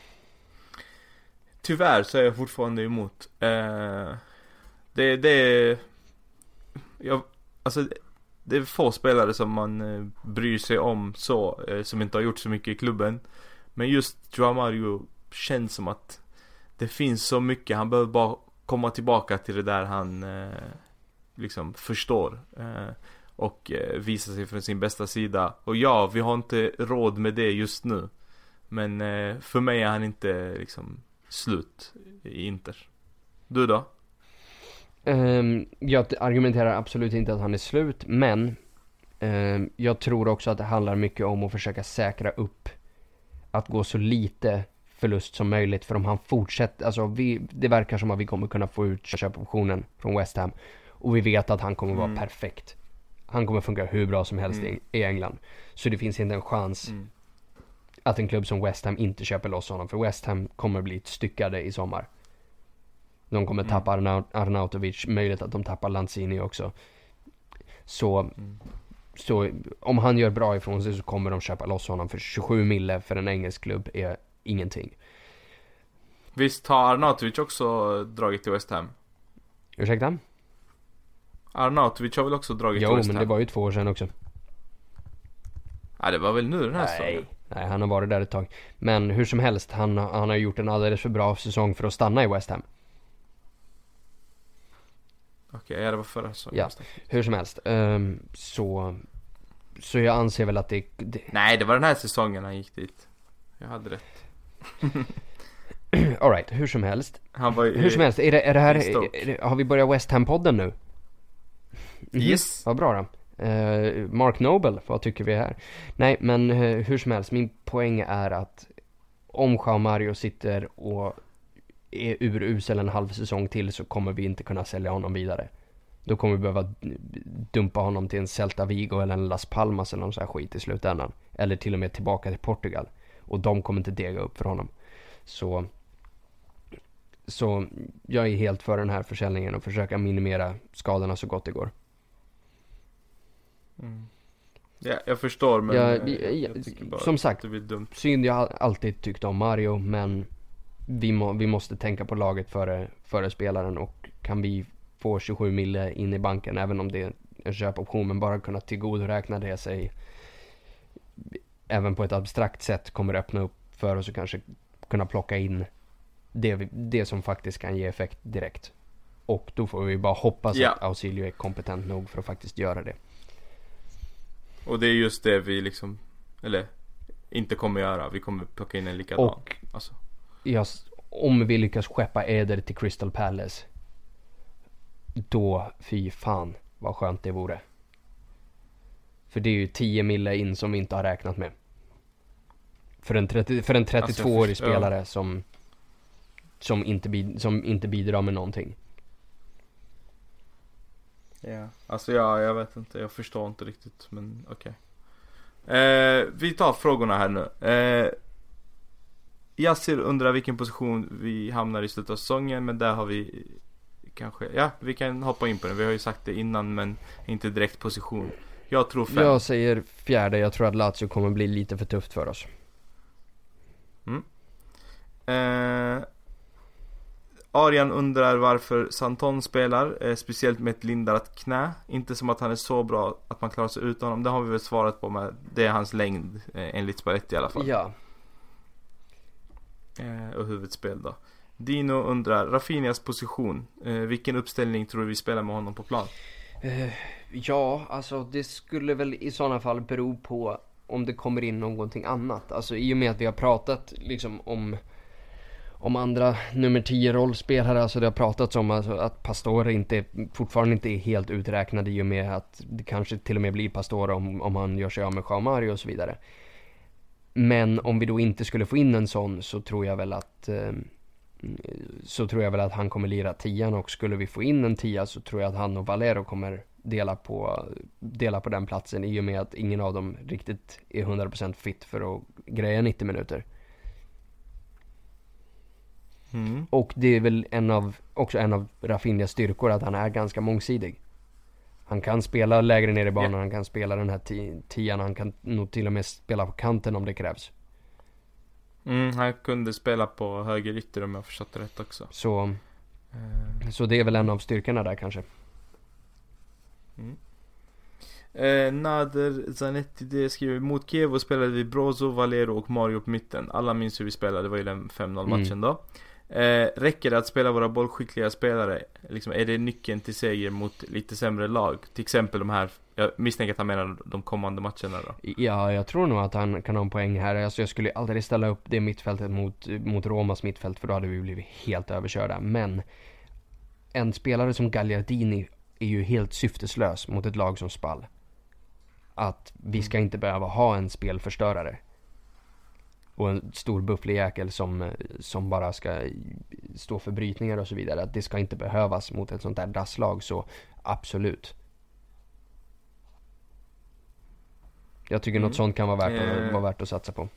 Tyvärr så är jag fortfarande emot. Uh, det det jag, alltså det är få spelare som man uh, bryr sig om så, uh, som inte har gjort så mycket i klubben. Men just João Mario känns som att det finns så mycket. Han behöver bara komma tillbaka till det där han eh, liksom förstår. Eh, och eh, visa sig från sin bästa sida. Och ja, vi har inte råd med det just nu. Men eh, för mig är han inte liksom slut i Inter. Du då? Um, jag argumenterar absolut inte att han är slut. Men um, jag tror också att det handlar mycket om att försöka säkra upp att gå så lite förlust som möjligt. För om han fortsätter, alltså vi, det verkar som att vi kommer kunna få ut köpoptionen från West Ham. Och vi vet att han kommer vara mm. perfekt. Han kommer funka hur bra som helst mm. i, i England. Så det finns inte en chans mm. att en klubb som West Ham inte köper loss honom. För West Ham kommer bli styckade i sommar. De kommer mm. tappa Arna- Arnautovic. Möjligt att de tappar Lanzini också. Så... Mm. Så om han gör bra ifrån sig så kommer de köpa loss honom, för tjugosju mille för en engelsk klubb är ingenting. Visst har Arnautovic också dragit till West Ham? Ursäkta? Arnautovic har väl också dragit jo, till West Ham? Jo, men det var ju två år sedan också. Ja, det var väl nu den här säsongen. Nej, han har varit där ett tag. Men hur som helst, han, han har gjort en alldeles för bra säsong för att stanna i West Ham. Okej, okay, ja, det var förra säsongen. Ja, hur som helst. Um, så, så jag anser väl att det, det... Nej, det var den här säsongen han gick dit. Jag hade rätt. All right, hur som helst. Han var ju, hur som helst, är det, är det här, är det, har vi börjat West Ham-podden nu? Yes. Vad bra då. Uh, Mark Noble, vad tycker vi här? Nej, men uh, hur som helst, min poäng är att om João Mario sitter och är urusel en halv säsong till så kommer vi inte kunna sälja honom vidare. Då kommer vi behöva dumpa honom till en Celta Vigo eller en Las Palmas eller någon sån här skit i slutändan. Eller till och med tillbaka till Portugal. Och de kommer inte dega upp för honom. Så, så jag är helt för den här försäljningen och försöka minimera skadorna så gott det går. Mm. Ja, jag förstår, men jag, jag, jag, jag tycker bara som sagt, det blir dumt. Synd, jag har alltid tyckt om Mario, men vi, må, vi måste tänka på laget före, före spelaren, och kan vi få tjugosju mille in i banken, även om det är en köpoption, men bara kunna tillgodoräkna det sig även på ett abstrakt sätt kommer öppna upp för oss och kanske kunna plocka in det, vi, det som faktiskt kan ge effekt direkt. Och då får vi bara hoppas ja. att Ausilio är kompetent nog för att faktiskt göra det. Och det är just det vi liksom, eller inte kommer göra. Vi kommer plocka in en likadan. Och alltså. ja, om vi lyckas skeppa Eder till Crystal Palace, då, fy fan vad skönt det vore. För det är ju tio mille in som vi inte har räknat med. För en, trettio, för en trettiotvåårig alltså, spelare ja. som, som, inte bid, som inte bidrar med någonting. Ja, alltså ja, jag vet inte, jag förstår inte riktigt, men okej. Okay. Eh, vi tar frågorna här nu. Eh, Yassir undrar vilken position vi hamnar i slutet av säsongen, men där har vi kanske, ja, vi kan hoppa in på den. Vi har ju sagt det innan, men inte direkt position. Jag tror fem. Jag säger fjärde, jag tror att Lazio kommer bli lite för tufft för oss. Mm. Eh, Arian undrar varför Santon spelar, eh, speciellt med ett lindat knä. Inte som att han är så bra att man klarar sig utan honom. Det har vi väl svarat på med. Det är hans längd, eh, enligt Spalletti i alla fall. Ja. Eh, och huvudspel då. Dino undrar Rafinhas position. Eh, vilken uppställning tror du vi spelar med honom på plan? Eh, ja, alltså det skulle väl i sådana fall bero på om det kommer in någonting annat. Alltså i och med att vi har pratat liksom om om andra nummer tio rollspelare, alltså det har pratats om alltså, att Pastore inte, fortfarande inte är helt uträknad i och med att det kanske till och med blir Pastore om, om han gör sig av med João Mario och så vidare. Men om vi då inte skulle få in en sån, så tror jag väl att eh, så tror jag väl att han kommer lira tian, och skulle vi få in en tia så tror jag att han och Valero kommer dela på, dela på den platsen, i och med att ingen av dem riktigt är hundra procent fit för att greja nittio minuter. Mm. Och det är väl en av, också en av Rafinhas styrkor, att han är ganska mångsidig. Han kan spela lägre ner i banan, yeah. Han kan spela den här t- tian, han kan nog till och med spela på kanten om det krävs. Mm, han kunde spela på höger ytter om jag förstått det rätt också. Så, uh. så det är väl en av styrkorna där kanske. Mm. Eh, Nader Zanetti det skriver: mot Kiev spelade vi Brozo, Valero och Mario på mitten. Alla minns hur vi spelade, det var ju den fem noll matchen mm. då. Eh, räcker det att spela våra bollskickliga spelare? Liksom, är det nyckeln till seger mot lite sämre lag? Till exempel de här, jag misstänker att han menar de kommande matcherna då. Ja, jag tror nog att han kan ha en poäng här. Alltså, jag skulle aldrig ställa upp det mittfältet mot, mot Romas mittfält, för då hade vi blivit helt överkörda. Men en spelare som Gagliardini är ju helt syfteslös mot ett lag som Spal. Att vi ska inte behöva ha en spelförstörare och en stor bufflijäkel som, som bara ska stå för brytningar och så vidare. Att det ska inte behövas mot ett sånt där dasslag, så absolut. Jag tycker mm. något sånt kan vara värt, att, eh. vara värt att satsa på.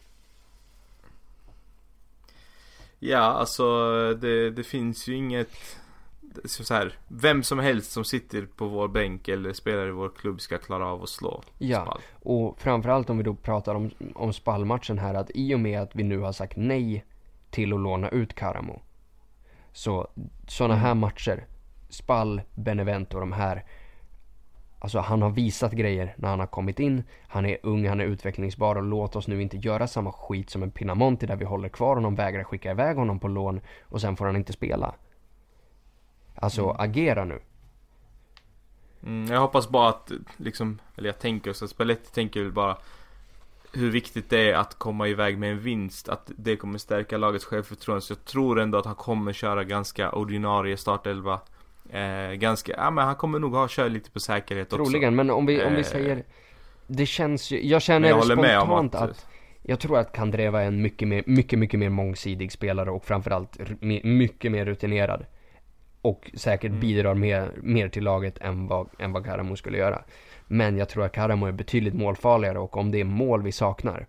Ja, alltså det, det finns ju inget så här, vem som helst som sitter på vår bänk eller spelar i vår klubb ska klara av att slå ja, Spal. Och framförallt om vi då pratar om, om Spal-matchen här, att i och med att vi nu har sagt nej till att låna ut Karamo, så sådana här matcher, Spal, Benevento och de här, alltså han har visat grejer när han har kommit in, han är ung, han är utvecklingsbar, och låt oss nu inte göra samma skit som en Pinamonti där vi håller kvar honom, vägrar skicka iväg honom på lån och sen får han inte spela. Alltså mm. agera nu. Mm, jag hoppas bara att liksom, eller jag tänker så att Spalletti tänker väl bara hur viktigt det är att komma iväg med en vinst, att det kommer stärka lagets självförtroende. Så jag tror ändå att han kommer köra ganska ordinarie startelva eh, ganska, ja men han kommer nog ha kört lite på säkerhet också. Troligen, men om vi, om vi eh, säger, det känns ju, jag känner jag spontant att, att jag tror att Kandreva är en mycket mer, mycket, mycket mer mångsidig spelare och framförallt mycket mer rutinerad. Och säkert mm. bidrar mer, mer till laget än vad, än vad Karamo skulle göra. Men jag tror att Karamo är betydligt målfarligare, och om det är mål vi saknar,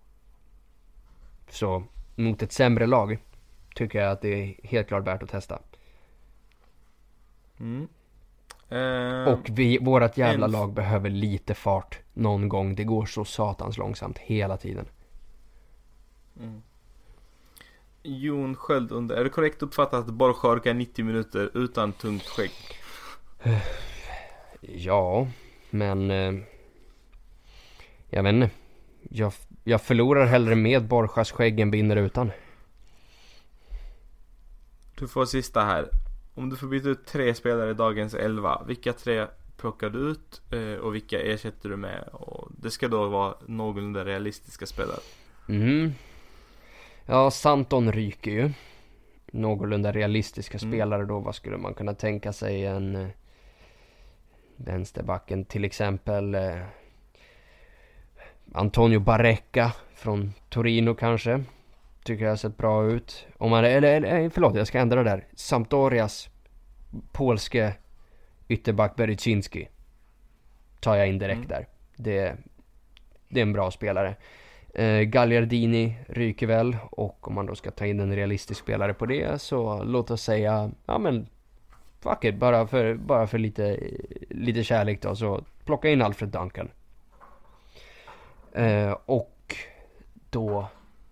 så mot ett sämre lag tycker jag att det är helt klart värt att testa. Mm. Uh, och vi, vårat jävla en... lag behöver lite fart någon gång. Det går så satans långsamt hela tiden. Mm. Jon Sköld under, är det korrekt uppfattat att Borja orkar nittio minuter utan tungt skägg? Ja, men eh, jag vet inte. Jag, jag förlorar hellre med Borjas skägg än vinner utan. Du får sista här. Om du får byta ut tre spelare i dagens elva, vilka tre plockar du ut eh, och vilka ersätter du med? Och det ska då vara någorlunda realistiska spelare. Mm. Ja, Santon ryker ju. Någorlunda realistiska mm. spelare då. Vad skulle man kunna tänka sig? En eh, vänsterbacken till exempel. Eh, Antonio Barreca från Torino kanske. Tycker jag har sett bra ut. Om man, eller, eller förlåt, jag ska ändra där. Sampdorias polske ytterback Beryczynski tar jag in direkt mm. där. Det, det är en bra spelare. Eh, Gagliardini ryker väl, och om man då ska ta in en realistisk spelare på det, så låt oss säga, ja men fuck it, bara för, bara för lite, lite kärlek då, så plocka in Alfred Duncan. Eh, och då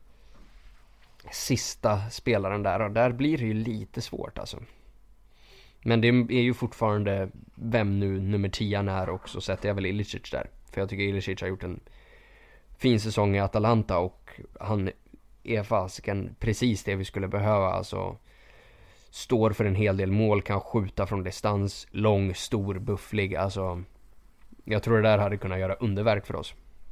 sista spelaren där, och där blir det ju lite svårt alltså. Men det är ju fortfarande vem nu nummer tio är, och så sätter jag väl Ilicic där. För jag tycker Ilicic har gjort en fin säsong i Atalanta, och han är fasiken precis det vi skulle behöva. Alltså står för en hel del mål, kan skjuta från distans, lång, stor, bufflig. Alltså jag tror det där hade kunnat göra underverk för oss.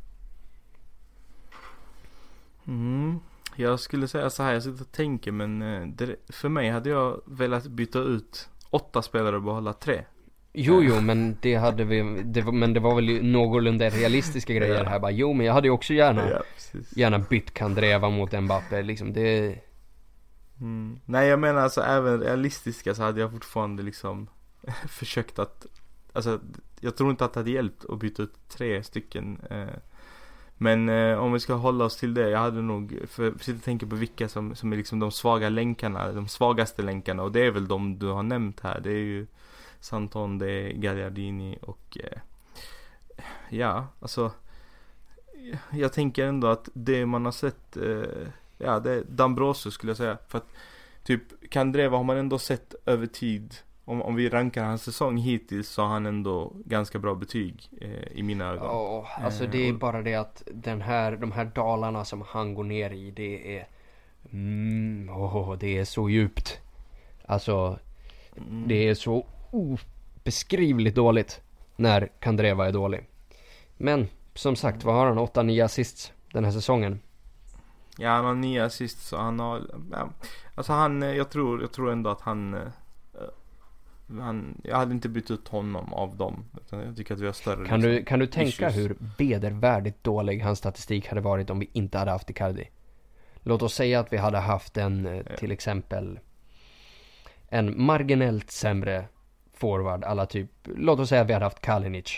Mm. Jag skulle säga så här, jag sitter och tänker, men det, för mig hade jag velat byta ut åtta spelare och behålla tre. Jo, jo, men det hade vi, det var, men det var väl någorlunda realistiska grejer ja. här. Bara, jo, men jag hade ju också gärna, ja, gärna bytt Kandreva mot Mbappé, liksom det. Mm. Nej, jag menar alltså även realistiska så hade jag fortfarande liksom försökt att, alltså jag tror inte att det hade hjälpt att byta ut tre stycken. Eh, men eh, om vi ska hålla oss till det, jag hade nog för, för att tänka på vilka som, som är liksom de svaga länkarna, de svagaste länkarna, och det är väl de du har nämnt här. Det är ju Santon, det är Gagliardini och eh, ja, alltså jag tänker ändå att det man har sett eh, ja, det är D'Ambrosio skulle jag säga, för att typ Kandreva har man ändå sett över tid. Om, om vi rankar hans säsong hittills, så har han ändå ganska bra betyg eh, i mina ögon. Ja, alltså det är eh, och, bara det att den här, de här dalarna som han går ner i, det är mm, oh, det är så djupt. Alltså mm. det är så obeskrivligt dåligt när Kandreva är dålig. Men som sagt, vad har han? åtta nio assists den här säsongen. Ja, han har nio assists, så han har ja, alltså han, jag tror, jag tror ändå att han Han, jag hade inte bytt ut honom av dem, utan jag tycker att vi har större Kan, liksom, du, kan du tänka issues. hur vedervärdigt dålig hans statistik hade varit om vi inte hade haft Icardi? Låt oss säga att vi hade haft en ja. till exempel en marginellt sämre forward, alla typ, låt oss säga att vi hade haft Kalinic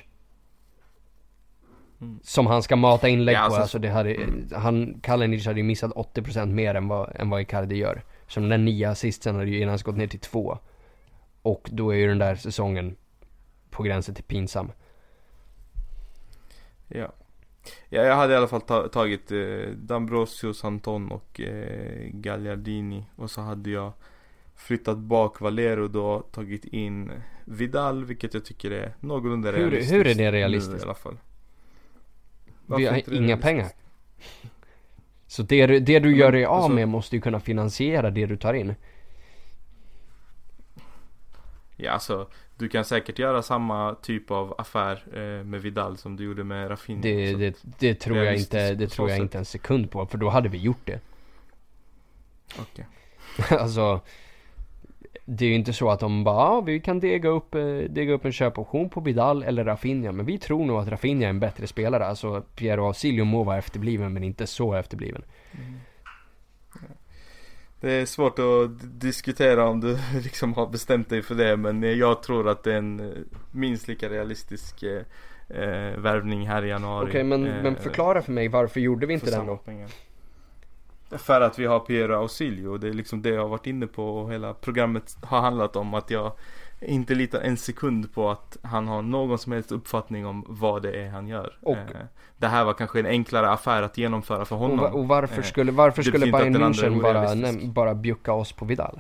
mm. som han ska mata inlägg ja, alltså, på alltså det hade, mm. han, Kalinic hade ju missat åttio procent mer än vad, än vad Icardi gör. Så den där nio assisten hade ju innan gått ner till två. Och då är ju den där säsongen på gränsen till pinsam. Ja. Ja, jag hade i alla fall ta- tagit eh, D'Ambrosio, Santon och eh, Gagliardini. Och så hade jag flyttat bak Valero då, tagit in Vidal, vilket jag tycker är någorlunda hur, realistiskt. Hur är det realistiskt? Nu, i alla fall. Vi har inga pengar. Så det, det du gör dig av alltså, med måste ju kunna finansiera det du tar in. Ja, alltså du kan säkert göra samma typ av affär eh, med Vidal som du gjorde med Rafinha. Det, det, det tror jag inte, det tror jag inte en sekund på, för då hade vi gjort det. Okej. Okay. Alltså det är ju inte så att de bara, ja, vi kan dega upp, eh, dega upp en köpoption på Vidal eller Rafinha. Men vi tror nog att Rafinha är en bättre spelare. Alltså Piero Ausilio må vara efterbliven, men inte så efterbliven. Mm. Det är svårt att d- diskutera om du liksom har bestämt dig för det. Men jag tror att det är en minst lika realistisk eh, eh, värvning här i januari. Okej, okay, men, eh, men förklara för mig, varför gjorde vi inte den då? Pengar. För att vi har Piero Ausilio. Det är liksom det jag har varit inne på. Och hela programmet har handlat om att jag inte litar en sekund på att han har någon som helst uppfattning om vad det är han gör. Och, eh, det här var kanske en enklare affär att genomföra för honom. Och, och varför skulle, varför skulle Bayern München bara, nej, bara bjucka oss på Vidal?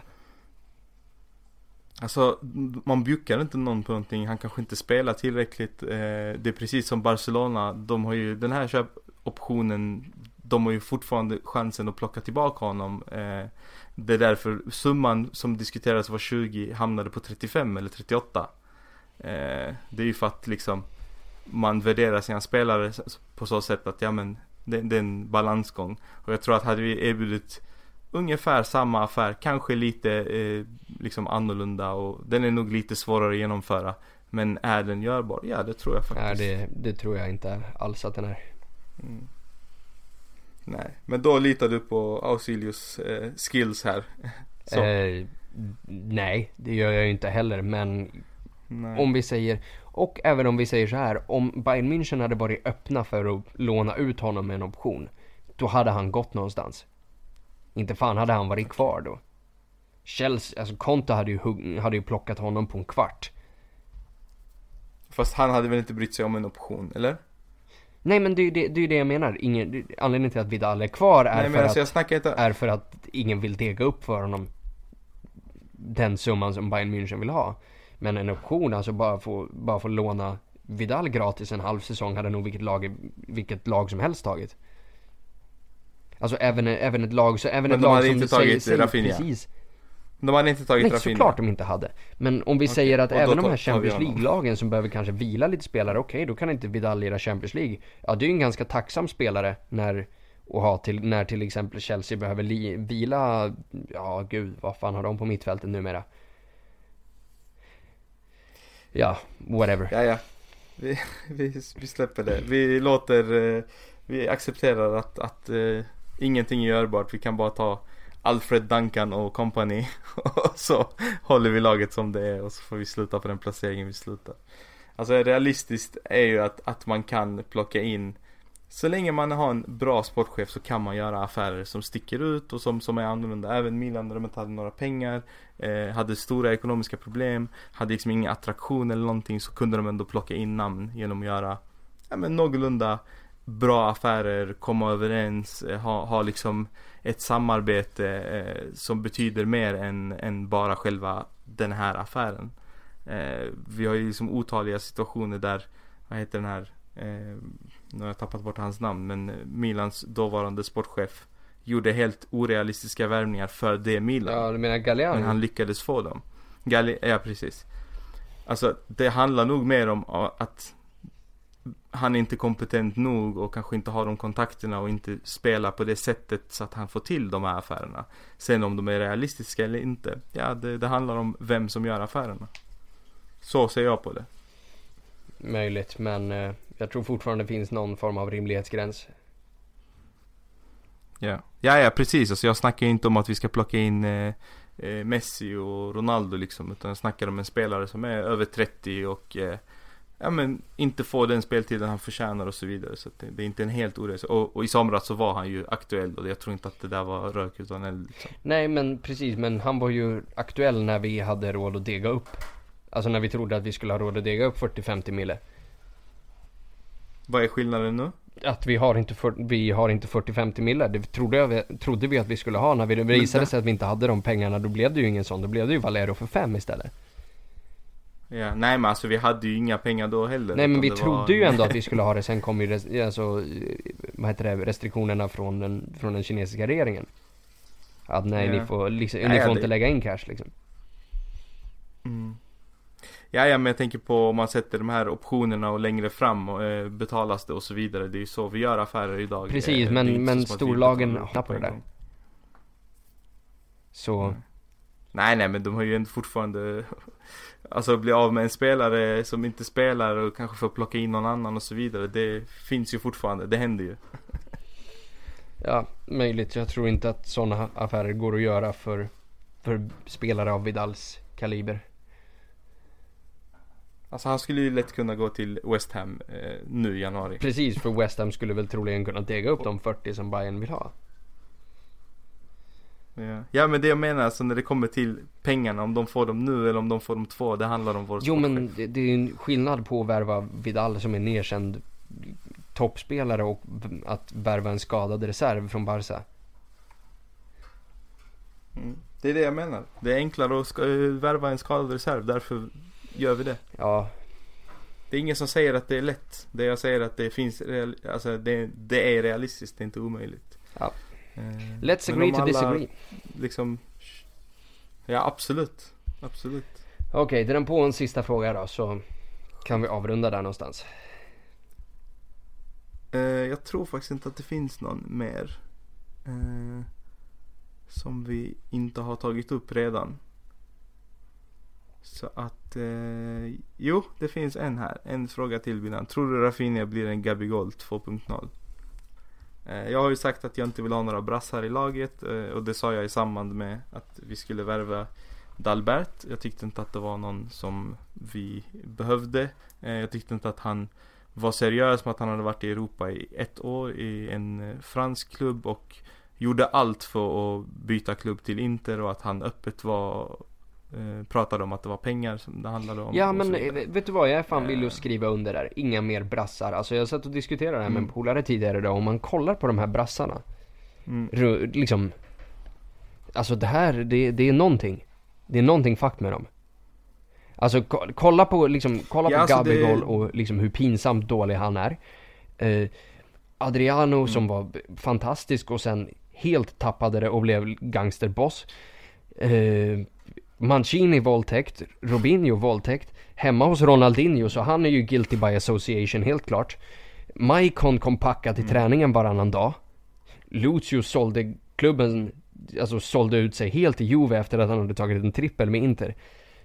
Alltså, man bjuckar inte någon på någonting. Han kanske inte spelar tillräckligt. eh, Det är precis som Barcelona. De har ju den här köpoptionen. De har ju fortfarande chansen att plocka tillbaka honom. eh, Det är därför summan som diskuterades var tjugo hamnade på trettiofem eller trettioåtta. eh, Det är ju för att liksom man värderar sina spelare på så sätt att ja, men det, det är en balansgång. Och jag tror att hade vi erbjudit ungefär samma affär, kanske lite eh, liksom annorlunda, och den är nog lite svårare att genomföra, men är den görbar? Ja, det tror jag faktiskt. Nej, det, det tror jag inte alls att den är. Mm. Nej, men då litar du på Ausilios eh, skills här. eh, Nej, det gör jag ju inte heller, men nej. Om vi säger, och även om vi säger så här, om Bayern München hade varit öppna för att låna ut honom med en option, då hade han gått någonstans. Inte fan hade han varit kvar då. Chelsea, alltså Conte hade ju, hade ju plockat honom på en kvart. Fast han hade väl inte brytt sig om en option, eller? Nej, men det är ju det, det, är det jag menar. Ingen, anledningen till att Vidal är kvar är, Nej, för alltså, att, inte... är för att ingen vill dega upp för honom den summan som Bayern München vill ha. Men en option, alltså bara få, bara få låna Vidal gratis en halv säsong, hade nog vilket lag, vilket lag som helst tagit. Alltså även, även ett lag, så även men ett de lag hade som inte tagit säger, Rafinha. Precis. De hade inte tagit Nej, Rafinha. såklart de inte hade. Men om vi okay. säger att även de här tar, Champions League-lagen som behöver kanske vila lite spelare, okej, okay, då kan inte Vidal lira Champions League. Ja, det är ju en ganska tacksam spelare när, och ha till, när till exempel Chelsea behöver li, vila, ja gud, vad fan har de på mittfältet numera? Ja, whatever. Ja, ja. Vi, vi, vi släpper det. Vi låter, vi accepterar att, att uh, ingenting är görbart. Vi kan bara ta Alfred Duncan och company och så håller vi laget som det är, och så får vi sluta på den placeringen vi slutar. Alltså realistiskt är ju att, att man kan plocka in, så länge man har en bra sportchef så kan man göra affärer som sticker ut och som, som är annorlunda. Även Milan, där de inte hade några pengar, eh, hade stora ekonomiska problem, hade liksom ingen attraktion eller någonting, så kunde de ändå plocka in namn genom att göra ja, men någorlunda bra affärer, komma överens, eh, ha, ha liksom ett samarbete eh, som betyder mer än, än bara själva den här affären. Eh, vi har ju liksom otaliga situationer där, vad heter den här, eh, nu har jag tappat bort hans namn, men Milans dåvarande sportchef gjorde helt orealistiska värvningar för det Milan. Ja, du menar Galliani? Men han lyckades få dem. Galli- ja, precis. Alltså, det handlar nog mer om att han är inte kompetent nog och kanske inte har de kontakterna och inte spelar på det sättet så att han får till de här affärerna. Sen om de är realistiska eller inte, ja, det, det handlar om vem som gör affärerna. Så ser jag på det. Möjligt, men eh, jag tror fortfarande det finns någon form av rimlighetsgräns. Ja, ja, ja precis. Alltså, jag snackar inte om att vi ska plocka in eh, eh, Messi och Ronaldo liksom, utan jag snackar om en spelare som är över trettio och eh, ja, men inte får den speltiden han förtjänar och så vidare. Så det, det är inte en helt orätt. Och, och i somras så var han ju aktuell, och jag tror inte att det där var rök utan eld liksom. Nej, men precis, men han var ju aktuell när vi hade råd att dega upp. Alltså när vi trodde att vi skulle ha råd att dega upp fyrtio till femtio mille. Vad är skillnaden nu? Att vi har inte, för, vi har inte fyrtio till femtio mille. Det trodde, jag, trodde vi att vi skulle ha. När vi visade sig att vi inte hade de pengarna, då blev det ju ingen sån. Då blev det ju Valero för fem istället. Ja, nej men alltså vi hade ju inga pengar då heller. Nej, men vi trodde var... ju ändå att vi skulle ha det. Sen kom ju res- alltså, vad heter det, restriktionerna från den, från den kinesiska regeringen. Att nej, ja. ni får, liksom, ja, ni får ja, inte det... lägga in cash liksom. Mm. Ja, ja, men jag tänker på om man sätter de här optionerna och längre fram och eh, betalas det och så vidare. Det är ju så vi gör affärer idag. Precis, eh, men, men storlagen har på det där. Så, mm. Nej, nej, men de har ju ändå fortfarande alltså bli av med en spelare som inte spelar och kanske får plocka in någon annan och så vidare. Det finns ju fortfarande, det händer ju. Ja, möjligt. Jag tror inte att sådana affärer går att göra för, för spelare av Vidals kaliber. Alltså han skulle ju lätt kunna gå till West Ham eh, nu i januari. Precis, för West Ham skulle väl troligen kunna dega upp de fyrtio som Bayern vill ha. Ja. ja, men det jag menar, alltså när det kommer till pengarna, om de får dem nu eller om de får dem två, det handlar om vår Jo, men det, det är en skillnad på att värva Vidal som är nedkänd toppspelare och att värva en skadad reserv från Barca. Mm. Det är det jag menar. Det är enklare att ska- värva en skadad reserv, därför gör vi det. Ja, Det är ingen som säger att det är lätt. Det jag säger att det finns real, alltså det, det är realistiskt, det är inte omöjligt. Ja. Eh, Let's men agree om to alla disagree. Liksom, ja, absolut. Absolut. Okej, okay, det är den på en sista fråga då, så kan vi avrunda där någonstans. Eh, jag tror faktiskt inte att det finns någon mer eh, som vi inte har tagit upp redan. Så att eh, jo, det finns en här. En fråga till Binan. Tror du Rafinha blir en Gabigol två punkt noll? Eh, jag har ju sagt att jag inte vill ha några brassar i laget, eh, och det sa jag i samband med att vi skulle värva Dalbert. Jag tyckte inte att det var någon som vi behövde. eh, Jag tyckte inte att han var seriös med att han hade varit i Europa i ett år i en eh, fransk klubb och gjorde allt för att byta klubb till Inter, och att han öppet var eh, pratade om att det var pengar som det handlade om. Ja, och men så vidare. vet du vad, jag är fan villig att skriva under där. Inga mer brassar. Alltså jag satt och diskuterade det här med en Mm. polare tidigare då. Om man kollar på de här brassarna, Mm. ru- liksom, alltså det här, det, det är någonting. Det är någonting fuck med dem. Alltså ko- kolla på liksom, kolla Ja, på alltså Gabigol det- och liksom hur pinsamt dålig han är. Eh, Adriano Mm. som var b- fantastisk och sen helt tappade det och blev gangsterboss. Eh, Mancini våldtäkt, Robinho våldtäkt, hemma hos Ronaldinho, så han är ju guilty by association helt klart. Maicon kom packad till Mm. träningen varannan dag. Lucio sålde klubben, alltså sålde ut sig helt i Juve efter att han hade tagit en trippel med Inter.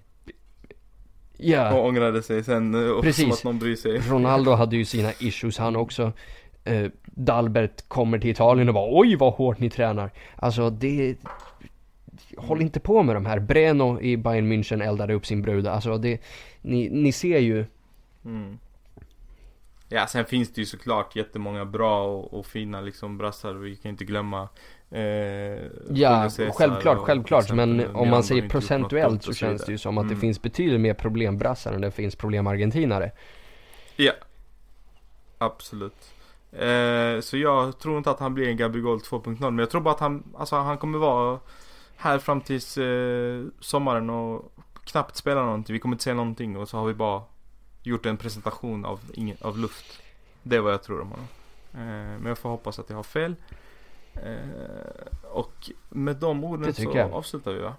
Ja, Och ångrade sig sen, eh, och Precis. som att någon bryr sig. Ronaldo hade ju sina issues han också. eh, Dalbert kommer till Italien och bara oj vad hårt ni tränar. Alltså det, håll inte på med de här. Breno i Bayern München eldade upp sin brud. Alltså det, ni, ni ser ju. Mm. Ja, sen finns det ju såklart jättemånga bra och, och fina liksom brassar. Vi kan inte glömma eh, Ja, Julio Cesar självklart, och självklart. till Men exempel om Miranda man har säger inte gjort något dumt procentuellt och så så känns vidare. det ju som att det Mm. finns betydligt mer problembrassar än det finns problemargentinare. Ja, absolut. Eh, så jag tror inte att han blir en Gabigol två punkt noll, men jag tror bara att han, alltså han kommer vara här fram tills eh, sommaren och knappt spela någonting. Vi kommer inte se någonting, och så har vi bara gjort en presentation av, ingen, av luft. Det är vad jag tror om honom. Eh, men jag får hoppas att jag har fel. Eh, och med de orden Det tycker så jag. avslutar vi, va?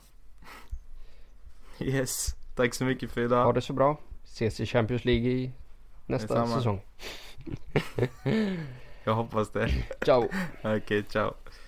Yes, tack så mycket för idag. Ha det så bra. Ses i Champions League i nästa Detsamma. säsong. Jag hoppas det. Ciao. Okej, ciao.